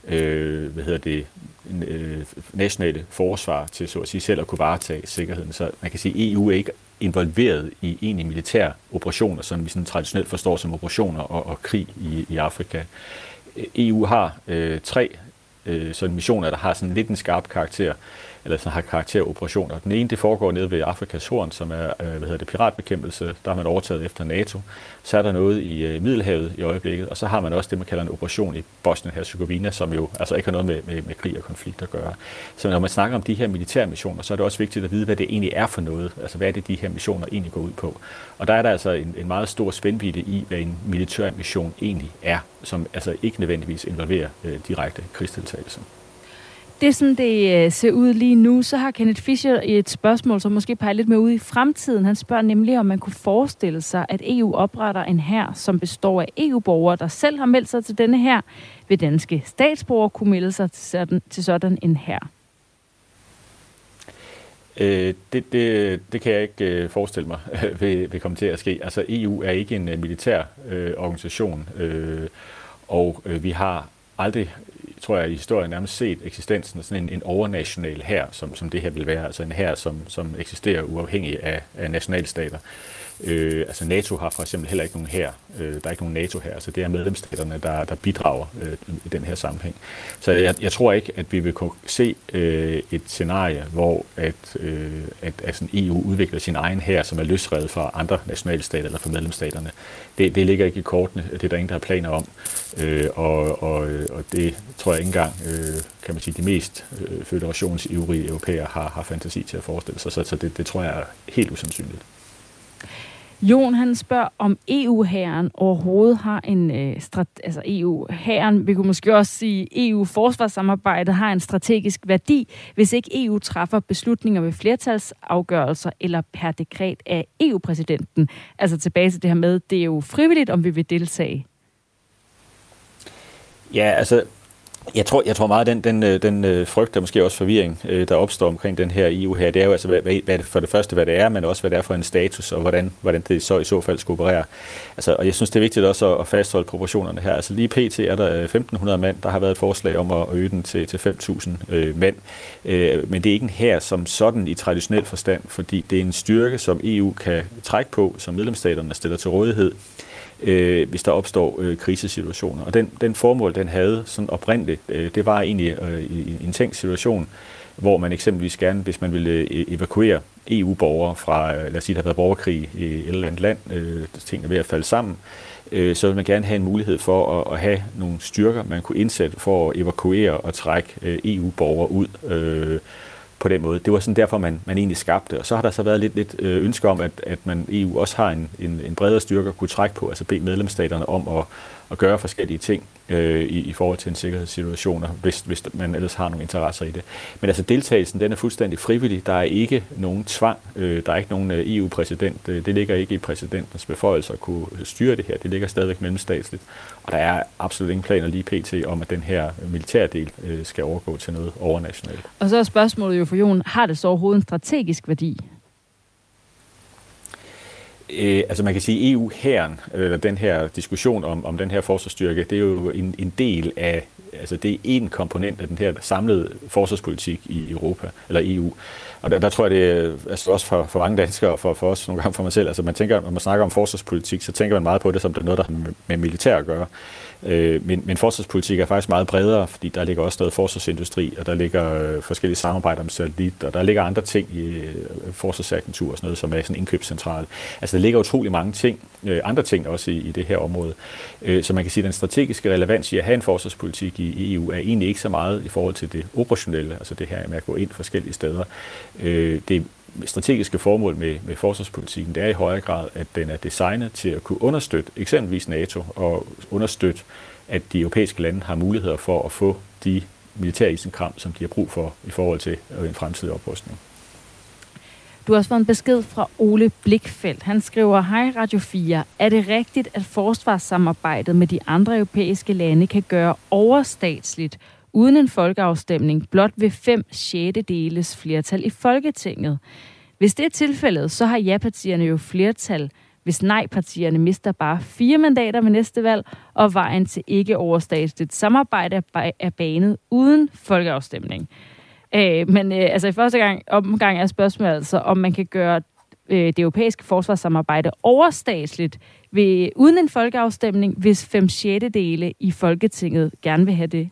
nationale forsvar til så at sige selv at kunne varetage sikkerheden. Så man kan sige, at EU er ikke involveret i egentlig militære operationer, som vi sådan traditionelt forstår som operationer og krig i Afrika. EU har 3 sådan missioner, der har sådan lidt en skarp karakter, eller så har karakteroperationer. Den ene, det foregår nede ved Afrikas Horn, som er piratbekæmpelse. Der har man overtaget efter NATO. Så er der noget i Middelhavet i øjeblikket, og så har man også det, man kalder en operation i Bosnien-Herzegovina, som jo altså ikke har noget med krig og konflikt at gøre. Så når man snakker om de her militære missioner, så er det også vigtigt at vide, hvad det egentlig er for noget. Altså hvad er det, de her missioner egentlig går ud på. Og der er der altså en meget stor spændvidde i, hvad en militær mission egentlig er, som altså ikke nødvendigvis involverer direkte krigsdeltagelse. Det er sådan, det ser ud lige nu. Så har Kenneth Fischer et spørgsmål, som måske peger lidt mere ud i fremtiden. Han spørger nemlig, om man kunne forestille sig, at EU opretter en hær, som består af EU-borgere, der selv har meldt sig til denne hær. Vil danske statsborgere kunne melde sig til sådan en hær? Det kan jeg ikke forestille mig vil komme til at ske. Altså EU er ikke en militær organisation, og vi har aldrig tror jeg, i historien nærmest set eksistensen af sådan en overnational hær, som det her vil være. Altså en hær, som eksisterer uafhængig af nationalstater. Altså NATO har for eksempel heller ikke nogen hær. Der er ikke nogen NATO-hær, så det er medlemsstaterne, der bidrager i den her sammenhæng. Så jeg tror ikke, at vi vil kunne se et scenarie, hvor at sådan EU udvikler sin egen hær, som er løsredet fra andre nationalstater eller fra medlemsstaterne. Det ligger ikke i kortene. Det er der ingen, der har planer om. Og det tror jeg ikke engang, kan man sige, de mest føderationsivrige europæere har fantasi til at forestille sig. Så det tror jeg er helt usandsynligt. Jon, han spørger, om EU-hæren overhovedet har en altså EU-hæren, vi kunne måske også sige, EU-forsvarssamarbejdet har en strategisk værdi, hvis ikke EU træffer beslutninger ved flertalsafgørelser eller per dekret af EU-præsidenten. Altså tilbage til det her med, det er jo frivilligt, om vi vil deltage. Ja, altså jeg tror meget, at den frygt, der måske også forvirring, der opstår omkring den her EU her, det er jo altså hvad for det første, hvad det er, men også hvad det er for en status, og hvordan det så i så fald skal operere. Altså, og jeg synes, det er vigtigt også at fastholde proportionerne her. Altså lige pt. Er der 1.500 mand, der har været et forslag om at øge den til 5.000 mænd. Men det er ikke en hær som sådan i traditionel forstand, fordi det er en styrke, som EU kan trække på, som medlemsstaterne stiller til rådighed, hvis der opstår krisesituationer. Og den formål, den havde sådan oprindeligt, det var egentlig i en tænkt situation, hvor man eksempelvis gerne, hvis man ville evakuere EU-borgere fra, lad os sige, der har været borgerkrig i et eller andet land, tingene er ved at falde sammen, så vil man gerne have en mulighed for at have nogle styrker, man kunne indsætte for at evakuere og trække EU-borgere ud på den måde. Det var sådan derfor, man egentlig skabte. Og så har der så været lidt ønske om, at man EU også har en bredere styrke at kunne trække på, altså bede medlemsstaterne om at gøre forskellige ting i forhold til en sikkerhedssituation, hvis man ellers har nogle interesser i det. Men altså deltagelsen, den er fuldstændig frivillig. Der er ikke nogen tvang. Der er ikke nogen EU-præsident. Det ligger ikke i præsidentens beføjelser at kunne styre det her. Det ligger stadigvæk mellemstatsligt. Og der er absolut ingen planer lige pt. Om, at den her militærdel skal overgå til noget overnationalt. Og så er spørgsmålet jo for Jon, har det så overhovedet en strategisk værdi? Altså man kan sige, EU-hæren, eller den her diskussion om den her forsvarsstyrke, det er jo en del af, altså det er en komponent af den her samlede forsvarspolitik i Europa, eller EU. Og der tror jeg, det er altså også for mange danskere, og for os nogle gange for mig selv, altså man tænker, når man snakker om forsvarspolitik, så tænker man meget på det, som det er noget, der har med militær at gøre. Men forsvarspolitik er faktisk meget bredere, fordi der ligger også noget forsvarsindustri, og der ligger forskellige samarbejder om satellit, og der ligger andre ting i forsvarsagentur og sådan noget, som er sådan en indkøbscentral. Altså der ligger utrolig mange ting, andre ting også i det her område. Så man kan sige, at den strategiske relevans i at have en forsvarspolitik i EU er egentlig ikke så meget i forhold til det operationelle, altså det her med at gå ind forskellige steder. Det strategiske formål med forsvarspolitikken, det er i højere grad, at den er designet til at kunne understøtte eksempelvis NATO og understøtte, at de europæiske lande har muligheder for at få de militære isenkram, som de har brug for i forhold til en fremtidig oprustning. Du har også fået en besked fra Ole Blikfeldt. Han skriver, hej Radio 4. Er det rigtigt, at forsvarssamarbejdet med de andre europæiske lande kan gøre overstatsligt, uden en folkeafstemning, blot ved 5/6 flertal i Folketinget? Hvis det er tilfældet, så har ja-partierne jo flertal, hvis nej-partierne mister bare 4 mandater ved næste valg, og vejen til ikke overstatsligt samarbejde er banet uden folkeafstemning. Men altså i første omgang er spørgsmålet altså, om man kan gøre det europæiske forsvarssamarbejde overstatsligt uden en folkeafstemning, hvis 5/6 i Folketinget gerne vil have det.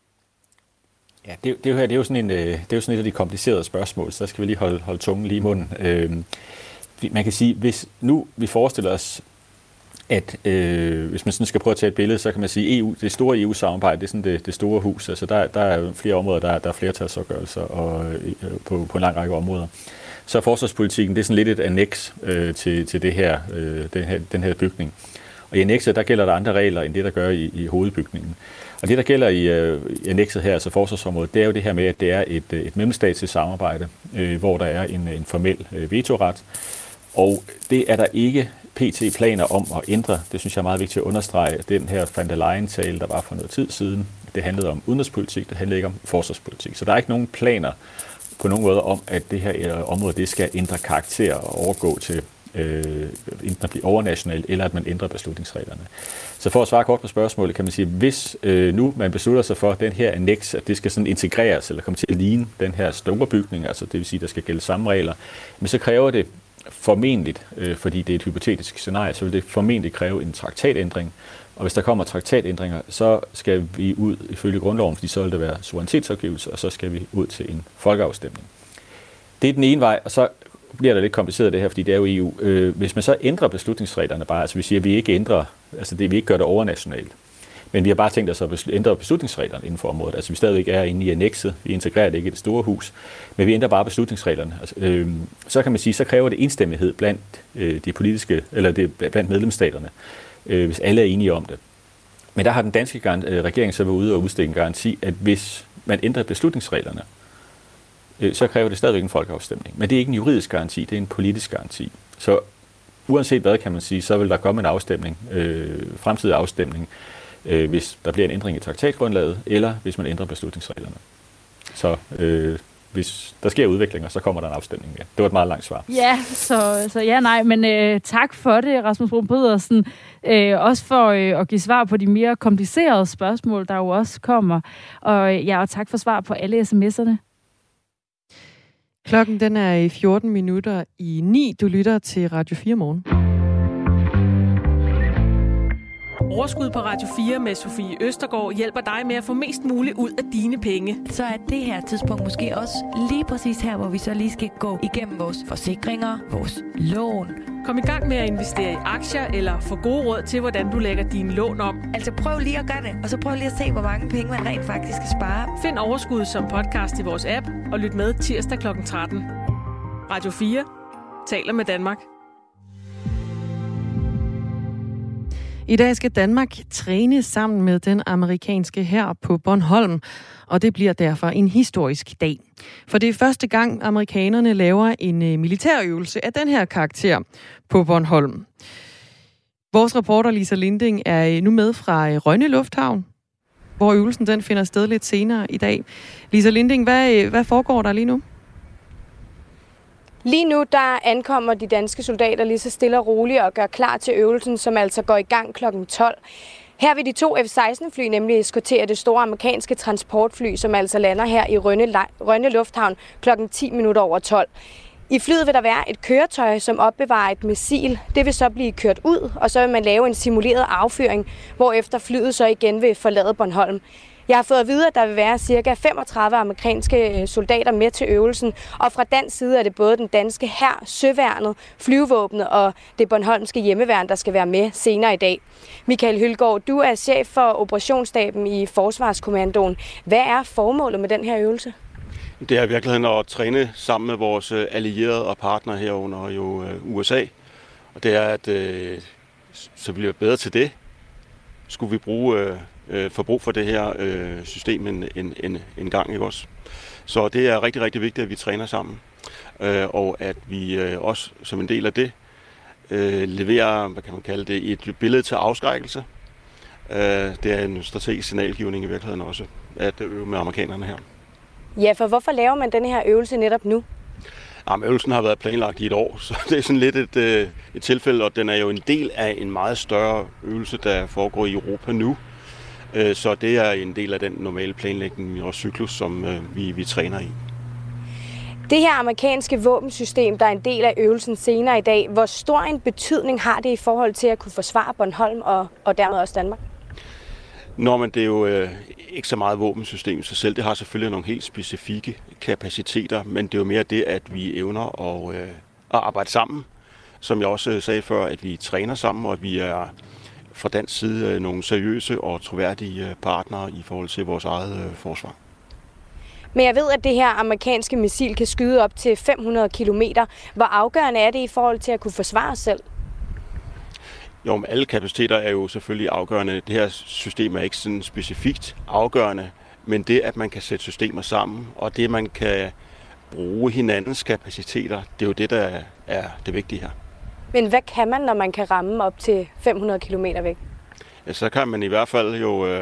Ja, det er jo sådan et af de komplicerede spørgsmål, så der skal vi lige holde tungen lige i munden. Man kan sige, hvis nu vi forestiller os, at hvis man sådan skal prøve at tage et billede, så kan man sige, EU, det store EU-samarbejde, det er sådan det store hus. Altså der er jo flere områder, der er flertalsafgørelser og på en lang række områder. Så forsvarspolitikken, det er sådan lidt et anneks til det her, den her bygning. Og i annekset, der gælder der andre regler, end det, der gør i hovedbygningen. Og det, der gælder i annekset her, altså forsvarsområdet, det er jo det her med, at det er et mellemstatsligt samarbejde, hvor der er en formel vetoret. Og det er der ikke pt. Planer om at ændre. Det synes jeg er meget vigtigt at understrege. Den her van der Leyen-tale, der var for noget tid siden, det handlede om udenrigspolitik, det handlede ikke om forsvarspolitik. Så der er ikke nogen planer på nogen måde om, at det her område det skal ændre karakter og overgå til enten at blive overnational, eller at man ændrer beslutningsreglerne. Så for at svare kort på spørgsmålet, kan man sige, hvis nu man beslutter sig for, at den her annex, at det skal sådan integreres, eller komme til at ligne den her store bygning, altså det vil sige, at der skal gælde samme regler, men så kræver det formentligt, fordi det er et hypotetisk scenarie, så vil det formentlig kræve en traktatændring. Og hvis der kommer traktatændringer, så skal vi ud ifølge grundloven, fordi så vil det være suverænitetsafgivelse, og så skal vi ud til en folkeafstemning. Det er den ene vej, og så bliver det lidt kompliceret det her, fordi det er jo EU. Hvis man så ændrer beslutningsreglerne bare, altså vi siger, at vi ikke ændrer, altså det vi ikke gør det overnationalt, men vi har bare tænkt os at ændre beslutningsreglerne inden for området. Altså vi stadigvæk er inde i annexet, vi integrerer det ikke i det store hus, men vi ændrer bare beslutningsreglerne. Altså, så kan man sige, så kræver det enstemmighed blandt de politiske, eller blandt medlemsstaterne, hvis alle er enige om det. Men der har den danske regering så været ude og udstikke en garanti, at hvis man ændrer beslutningsreglerne, så kræver det stadigvæk en folkeafstemning. Men det er ikke en juridisk garanti, det er en politisk garanti. Så uanset hvad, kan man sige, så vil der komme en afstemning, fremtidig afstemning, hvis der bliver en ændring i traktatgrundlaget, eller hvis man ændrer beslutningsreglerne. Så hvis der sker udviklinger, så kommer der en afstemning. Ja. Det var et meget langt svar. Ja, så ja, nej, men tak for det, Rasmus Bruun Pedersen. Også for at give svar på de mere komplicerede spørgsmål, der jo også kommer. Og tak for svar på alle sms'erne. Klokken den er 14 minutter i 9. Du lytter til Radio 4 Morgen. Overskud på Radio 4 med Sofie Østergaard hjælper dig med at få mest muligt ud af dine penge. Så er det her tidspunkt måske også lige præcis her, hvor vi så lige skal gå igennem vores forsikringer, vores lån. Kom i gang med at investere i aktier eller få gode råd til, hvordan du lægger dine lån om. Altså prøv lige at gøre det, og så prøv lige at se, hvor mange penge man rent faktisk skal spare. Find Overskud som podcast i vores app og lyt med tirsdag kl. 13. Radio 4 taler med Danmark. I dag skal Danmark træne sammen med den amerikanske hær på Bornholm, og det bliver derfor en historisk dag. For det er første gang, amerikanerne laver en militærøvelse af den her karakter på Bornholm. Vores reporter Lisa Linding er nu med fra Rønne Lufthavn, hvor øvelsen den finder sted lidt senere i dag. Lisa Linding, hvad foregår der lige nu? Lige nu der ankommer de danske soldater lige så stille og roligt og gør klar til øvelsen, som altså går i gang kl. 12. Her vil de 2 F-16-fly nemlig eskortere det store amerikanske transportfly, som altså lander her i Rønne Lufthavn kl. 10 minutter over 12. I flyet vil der være et køretøj, som opbevarer et missil. Det vil så blive kørt ud, og så vil man lave en simuleret affyring, hvorefter flyet så igen vil forlade Bornholm. Jeg har fået at vide, at der vil være ca. 35 amerikanske soldater med til øvelsen, og fra dansk side er det både den danske hær, søværnet, flyvevåbnet og det bornholmske hjemmeværn, der skal være med senere i dag. Michael Hylgaard, du er chef for operationsstaben i Forsvarskommandoen. Hvad er formålet med den her øvelse? Det er i virkeligheden at træne sammen med vores allierede og partnere herunder jo USA. Og det er, at så vi bliver bedre til det. Skulle vi få brug for det her system en gang, ikke også? Så det er rigtig, rigtig vigtigt, at vi træner sammen. Og at vi også som en del af det leverer, hvad kan man kalde det, et billede til afskrækkelse. Det er en strategisk signalgivning i virkeligheden også, at øve med amerikanerne her. Ja, for hvorfor laver man den her øvelse netop nu? Jamen, øvelsen har været planlagt i et år, så det er sådan lidt et tilfælde, og den er jo en del af en meget større øvelse, der foregår i Europa nu. Så det er en del af den normale planlægning og cyklus, som vi træner i. Det her amerikanske våbensystem, der er en del af øvelsen senere i dag, hvor stor en betydning har det i forhold til at kunne forsvare Bornholm og dermed også Danmark? Men det er jo ikke så meget våbensystem i sig selv. Det har selvfølgelig nogle helt specifikke kapaciteter, men det er jo mere det, at vi evner at arbejde sammen. Som jeg også sagde før, at vi træner sammen, og at vi er fra dansk side nogle seriøse og troværdige partnere i forhold til vores eget forsvar. Men jeg ved, at det her amerikanske missil kan skyde op til 500 kilometer. Hvor afgørende er det i forhold til at kunne forsvare os selv? Jo, men alle kapaciteter er jo selvfølgelig afgørende. Det her system er ikke sådan specifikt afgørende, men det, at man kan sætte systemer sammen, og det, man kan bruge hinandens kapaciteter, det er jo det, der er det vigtige her. Men hvad kan man, når man kan ramme op til 500 kilometer væk? Ja, så kan man i hvert fald jo...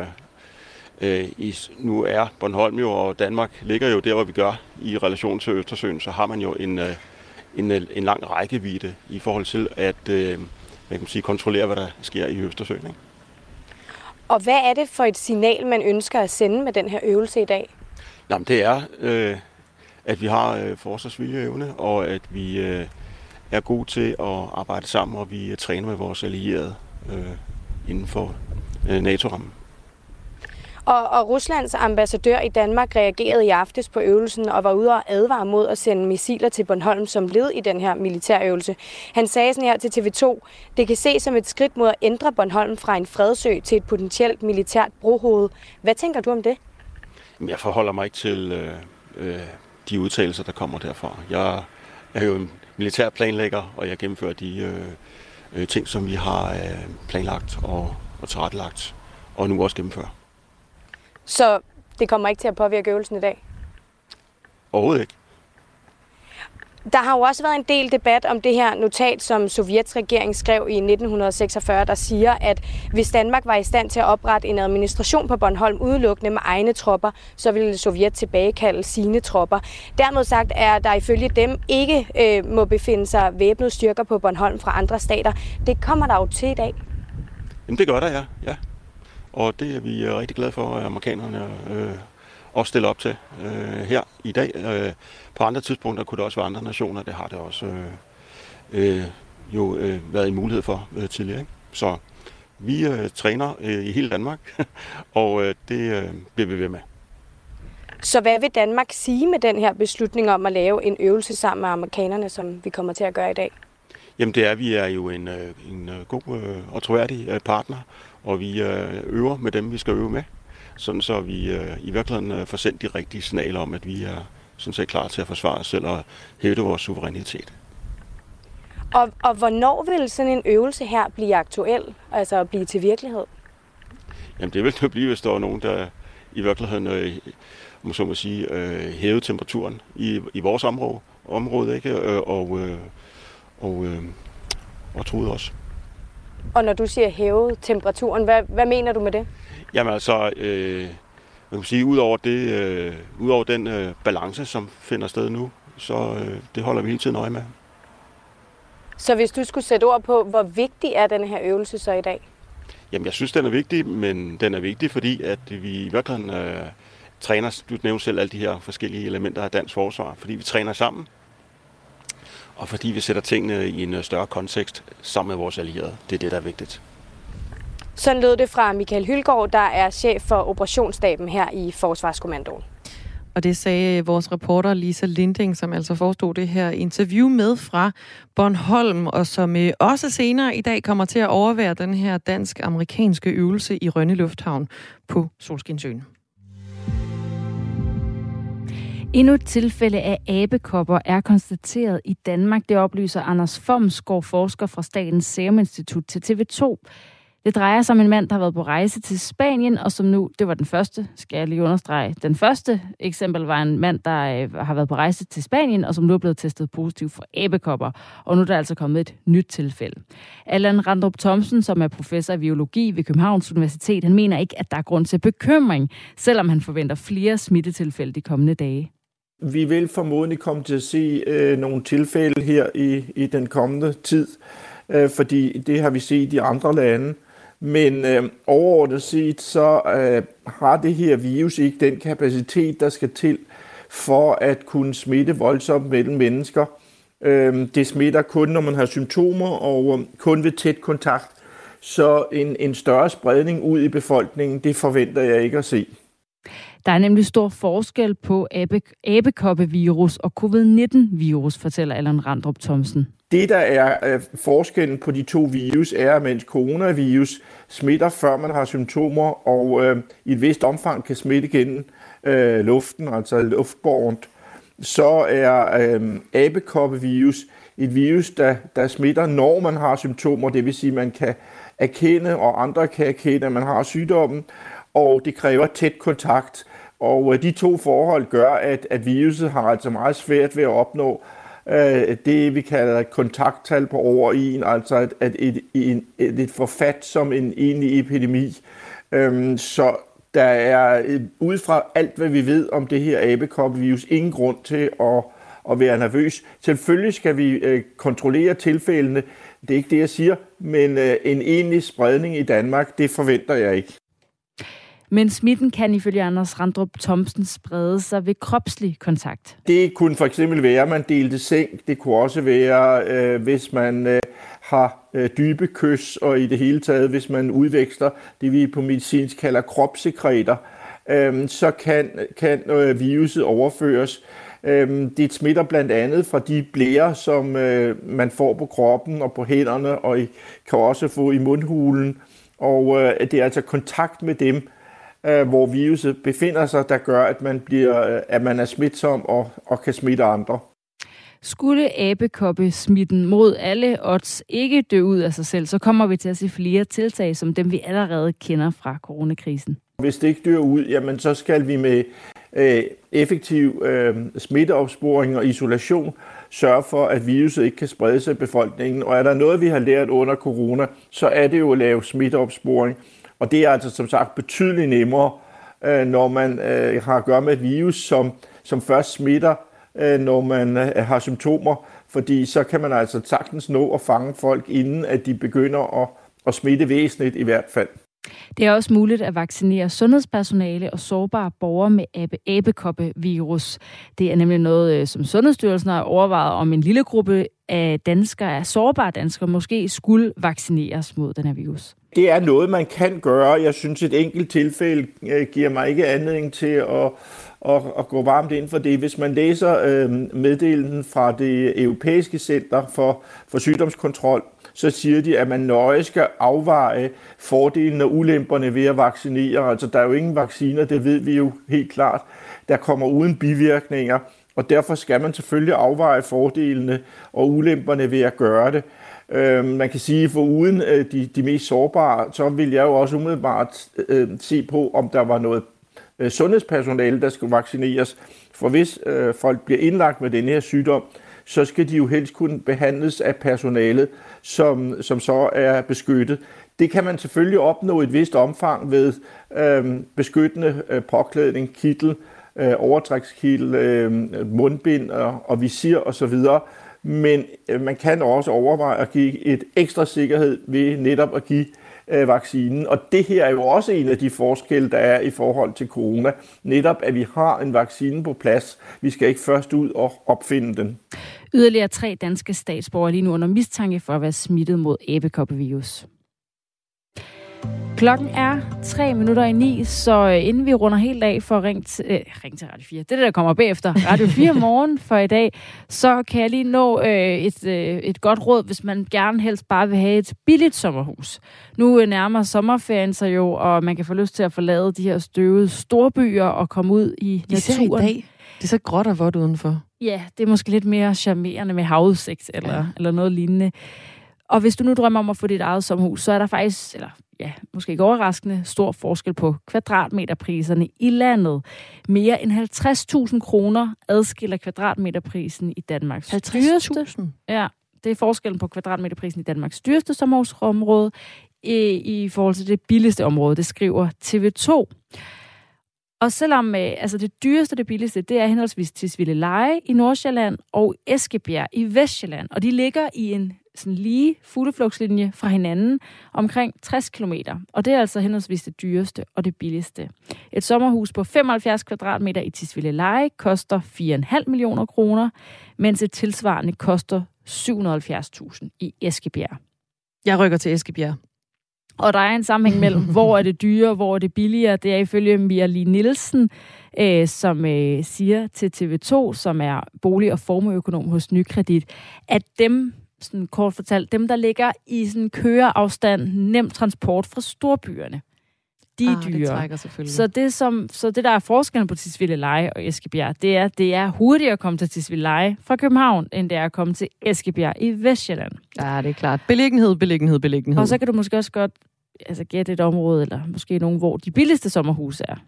nu er Bornholm jo, og Danmark ligger jo der, hvor vi gør i relation til Østersøen, så har man jo en lang rækkevidde i forhold til at kontrollere, hvad der sker i Østersøen. Ikke? Og hvad er det for et signal, man ønsker at sende med den her øvelse i dag? Jamen, det er, at vi har forsvarsviljeevne, og at vi er gode til at arbejde sammen, og vi træner med vores allierede inden for NATO-rammen. Og Ruslands ambassadør i Danmark reagerede i aftes på øvelsen og var ude og advare mod at sende missiler til Bornholm som led i den her militærøvelse. Han sagde sådan her til TV2, det kan ses som et skridt mod at ændre Bornholm fra en fredsø til et potentielt militært brohoved. Hvad tænker du om det? Jeg forholder mig ikke til de udtalelser, der kommer derfra. Jeg er jo en militær planlægger, og jeg gennemfører de ting, som vi har planlagt og tilrettelagt, og nu også gennemfører. Så det kommer ikke til at påvirke øvelsen i dag? Overhovedet ikke. Der har jo også været en del debat om det her notat, som Sovjets regering skrev i 1946, der siger, at hvis Danmark var i stand til at oprette en administration på Bornholm udelukkende med egne tropper, så ville Sovjet tilbagekalde sine tropper. Dermed sagt er der ifølge dem ikke må befinde sig væbnede styrker på Bornholm fra andre stater. Det kommer der jo til i dag. Jamen det gør der, ja. Og det er vi rigtig glade for, at amerikanerne også stiller op til her i dag. På andre tidspunkter kunne det også være andre nationer. Det har det også været en mulighed for tidligere. Ikke? Så vi træner i hele Danmark, og det bliver vi ved med. Så hvad vil Danmark sige med den her beslutning om at lave en øvelse sammen med amerikanerne, som vi kommer til at gøre i dag? Jamen det er, vi er jo en god og troværdig partner, og vi øver med dem, vi skal øve med. Sådan så vi i virkeligheden får sendt de rigtige signaler om, at vi er sådan set klar til at forsvare os selv og hævde vores suverænitet. Og hvornår vil sådan en øvelse her blive aktuel, altså blive til virkelighed? Jamen det vil det blive, hvis der er nogen, der i virkeligheden, så må sige, hæve temperaturen i vores område ikke? Og truede os. Og når du siger hæve temperaturen, hvad mener du med det? Jamen altså, man kan sige, ud over den balance, som finder sted nu, så det holder vi hele tiden øje med. Så hvis du skulle sætte ord på, hvor vigtig er den her øvelse så i dag? Jamen jeg synes, den er vigtig, men den er vigtig, fordi at vi i virkeligheden træner, du nævnte selv alle de her forskellige elementer af dansk forsvar, fordi vi træner sammen, og fordi vi sætter tingene i en større kontekst sammen med vores allierede. Det er det, der er vigtigt. Sådan lød det fra Michael Hylgaard, der er chef for operationsstaben her i Forsvarskommandoen. Og det sagde vores reporter Lisa Linding, som altså forestod det her interview med fra Bornholm, og som også senere i dag kommer til at overvære den her dansk-amerikanske øvelse i Rønne Lufthavn på Solskinsøen. Endnu et tilfælde af abekopper er konstateret i Danmark. Det oplyser Anders Fomsgaard, forsker fra Statens Serum Institut til TV2. Det drejer sig om en mand, der har været på rejse til Spanien, og som nu, det var den første, skal jeg lige understrege. Den første eksempel var en mand, der har været på rejse til Spanien, og som nu er blevet testet positiv for abekopper. Og nu er der altså kommet et nyt tilfælde. Allan Randrup Thomsen, som er professor i biologi ved Københavns Universitet, han mener ikke, at der er grund til bekymring, selvom han forventer flere smittetilfælde de kommende dage. Vi vil formodentlig komme til at se nogle tilfælde her i den kommende tid, fordi det har vi set i andre lande. Men overordnet set, så har det her virus ikke den kapacitet, der skal til for at kunne smitte voldsomt mellem mennesker. Det smitter kun, når man har symptomer, og kun ved tæt kontakt. Så en større spredning ud i befolkningen, det forventer jeg ikke at se. Der er nemlig stor forskel på abekoppevirus og covid-19-virus, fortæller Allan Randrup Thomsen. Det, der er forskellen på de to virus, er, at mens coronavirus smitter, før man har symptomer, og i et vist omfang kan smitte gennem luften, altså luftbårent, så er abekoppevirus et virus, der smitter, når man har symptomer. Det vil sige, at man kan erkende, og andre kan erkende, at man har sygdommen, og det kræver tæt kontakt. Og de to forhold gør, at viruset har altså meget svært ved at opnå det, vi kalder et kontakttal på over 1, altså et forfat som en egentlig epidemi. Så der er ud fra alt, hvad vi ved om det her abekoppevirus, ingen grund til at være nervøs. Selvfølgelig skal vi kontrollere tilfældene. Det er ikke det, jeg siger, men en egentlig spredning i Danmark, det forventer jeg ikke. Men smitten kan ifølge Anders Randrup Thomsen sprede sig ved kropslig kontakt. Det kunne for eksempel være, at man delte seng. Det kunne også være, hvis man har dybe kys, og i det hele taget, hvis man udveksler det, vi på medicinsk kalder kropssekreter, så kan viruset overføres. Det smitter blandt andet fra de blærer, som man får på kroppen og på hænderne, og kan også få i mundhulen. Og det er altså kontakt med dem, hvor viruset befinder sig, der gør, at man er smitsom og kan smitte andre. Skulle abekoppesmitten mod alle odds ikke dø ud af sig selv, så kommer vi til at se flere tiltag, som dem vi allerede kender fra coronakrisen. Hvis det ikke dør ud, jamen så skal vi med effektiv smitteopsporing og isolation sørge for, at viruset ikke kan sprede sig i befolkningen. Og er der noget, vi har lært under corona, så er det jo at lave smitteopsporing. Og det er altså som sagt betydeligt nemmere, når man har at gøre med et virus, som først smitter, når man har symptomer. Fordi så kan man altså sagtens nå at fange folk, inden at de begynder at smitte væsentligt i hvert fald. Det er også muligt at vaccinere sundhedspersonale og sårbare borgere med abekoppevirus. Det er nemlig noget, som Sundhedsstyrelsen har overvejet, om en lille gruppe af sårbare danskere, måske skulle vaccineres mod den her virus. Det er noget, man kan gøre. Jeg synes, et enkelt tilfælde giver mig ikke anledning til at gå varmt ind for det. Hvis man læser meddelelsen fra det europæiske center for sygdomskontrol, så siger de, at man nøje skal afveje fordelene og ulemperne ved at vaccinere. Altså, der er jo ingen vacciner, det ved vi jo helt klart. Der kommer uden bivirkninger, og derfor skal man selvfølgelig afveje fordelene og ulemperne ved at gøre det. Man kan sige, at for uden de mest sårbare, så vil jeg jo også umiddelbart se på, om der var noget sundhedspersonale, der skulle vaccineres. For hvis folk bliver indlagt med denne her sygdom, så skal de jo helst kunne behandles af personalet, som så er beskyttet. Det kan man selvfølgelig opnå i et vist omfang ved beskyttende påklædning, kittel, overtrækskittel, mundbind og visir osv., men man kan også overveje at give et ekstra sikkerhed ved netop at give vaccinen. Og det her er jo også en af de forskelle, der er i forhold til corona. Netop, at vi har en vaccine på plads. Vi skal ikke først ud og opfinde den. Yderligere 3 danske statsborgere lige nu under mistanke for at være smittet mod abekoppevirus. Klokken er 8:03, så inden vi runder helt af for ring til Radio 4, det er det, der kommer bagefter, Radio 4 morgen for i dag, så kan jeg lige nå et godt råd, hvis man gerne helst bare vil have et billigt sommerhus. Nu nærmer sommerferien sig jo, og man kan få lyst til at forlade de her støvede storbyer og komme ud i naturen. Især i dag. Det er så gråt og vådt udenfor. Ja, det er måske lidt mere charmerende med havudsigt eller noget lignende. Og hvis du nu drømmer om at få dit eget sommerhus, så er der faktisk, måske ikke overraskende, stor forskel på kvadratmeterpriserne i landet. Mere end 50.000 kroner adskiller kvadratmeterprisen i Danmarks dyreste. 50.000? Ja, det er forskellen på kvadratmeterprisen i Danmarks dyreste sommerhusområde i forhold til det billigste område, det skriver TV2. Og selvom det dyreste og det billigste, det er henholdsvis Tisvildeleje i Nordsjælland og Esbjerg i Vestsjælland. Og de ligger i en sådan lige fugleflugtslinje fra hinanden omkring 60 kilometer. Og det er altså henholdsvis det dyreste og det billigste. Et sommerhus på 75 kvadratmeter i Tisvildeleje koster 4,5 millioner kroner, mens et tilsvarende koster 770.000 i Esbjerg. Jeg rykker til Esbjerg. Og der er en sammenhæng mellem, hvor er det dyre og hvor er det billigere. Det er ifølge Mia Lee Nielsen, som siger til TV2, som er bolig- og formueøkonom hos Nykredit, at dem, sådan kort fortalt, dem der ligger i sådan køreafstand, nem transport fra storbyerne, de er dyre. Det trækker selvfølgelig. Så det der er forskellen på Tisvildeleje og Esbjerg, det er hurtigere at komme til Tisvildeleje fra København, end det er at komme til Esbjerg i Vestsjælland. Ja, det er klart. Beliggenhed. Og så kan du måske også godt gætte et område, eller måske nogen, hvor de billigste sommerhuse er.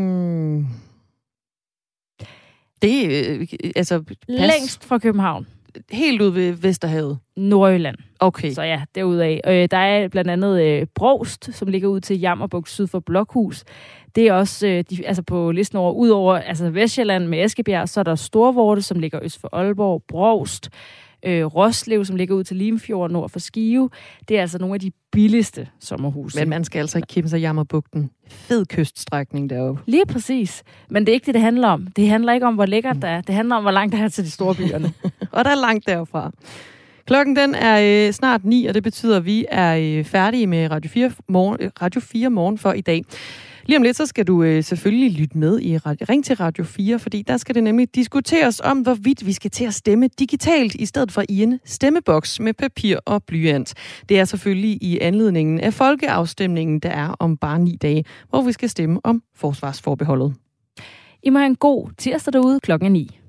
Det længst fra København. helt ude ved Vesterhavet? Nordjylland. Okay. Så ja, derudaf. Der er blandt andet Brovst, som ligger ud til Jammerbugt syd for Blokhus. Det er også på listen over, udover Vestjylland med Eskebjerg, så er der Storvorte, som ligger øst for Aalborg, Brovst, Roslev, som ligger ud til Limfjord nord for Skive. Det er altså nogle af de billigste sommerhuse. Men man skal altså ikke kæmpe sig Jammerbugten. Fed kyststrækning deroppe. Lige præcis. Men det er ikke det handler om. Det handler ikke om, hvor lækkert det er. Det handler om, hvor langt der er til de store byerne. Og der er langt derfra. Klokken den er snart 9, og det betyder, at vi er færdige med Radio 4 morgen for i dag. Lige om lidt, så skal du selvfølgelig lytte med i Ring til Radio 4, fordi der skal det nemlig diskuteres om, hvorvidt vi skal til at stemme digitalt, i stedet for i en stemmeboks med papir og blyant. Det er selvfølgelig i anledningen af folkeafstemningen, der er om bare 9 dage, hvor vi skal stemme om forsvarsforbeholdet. I må have en god tirsdag derude. Klokken 9.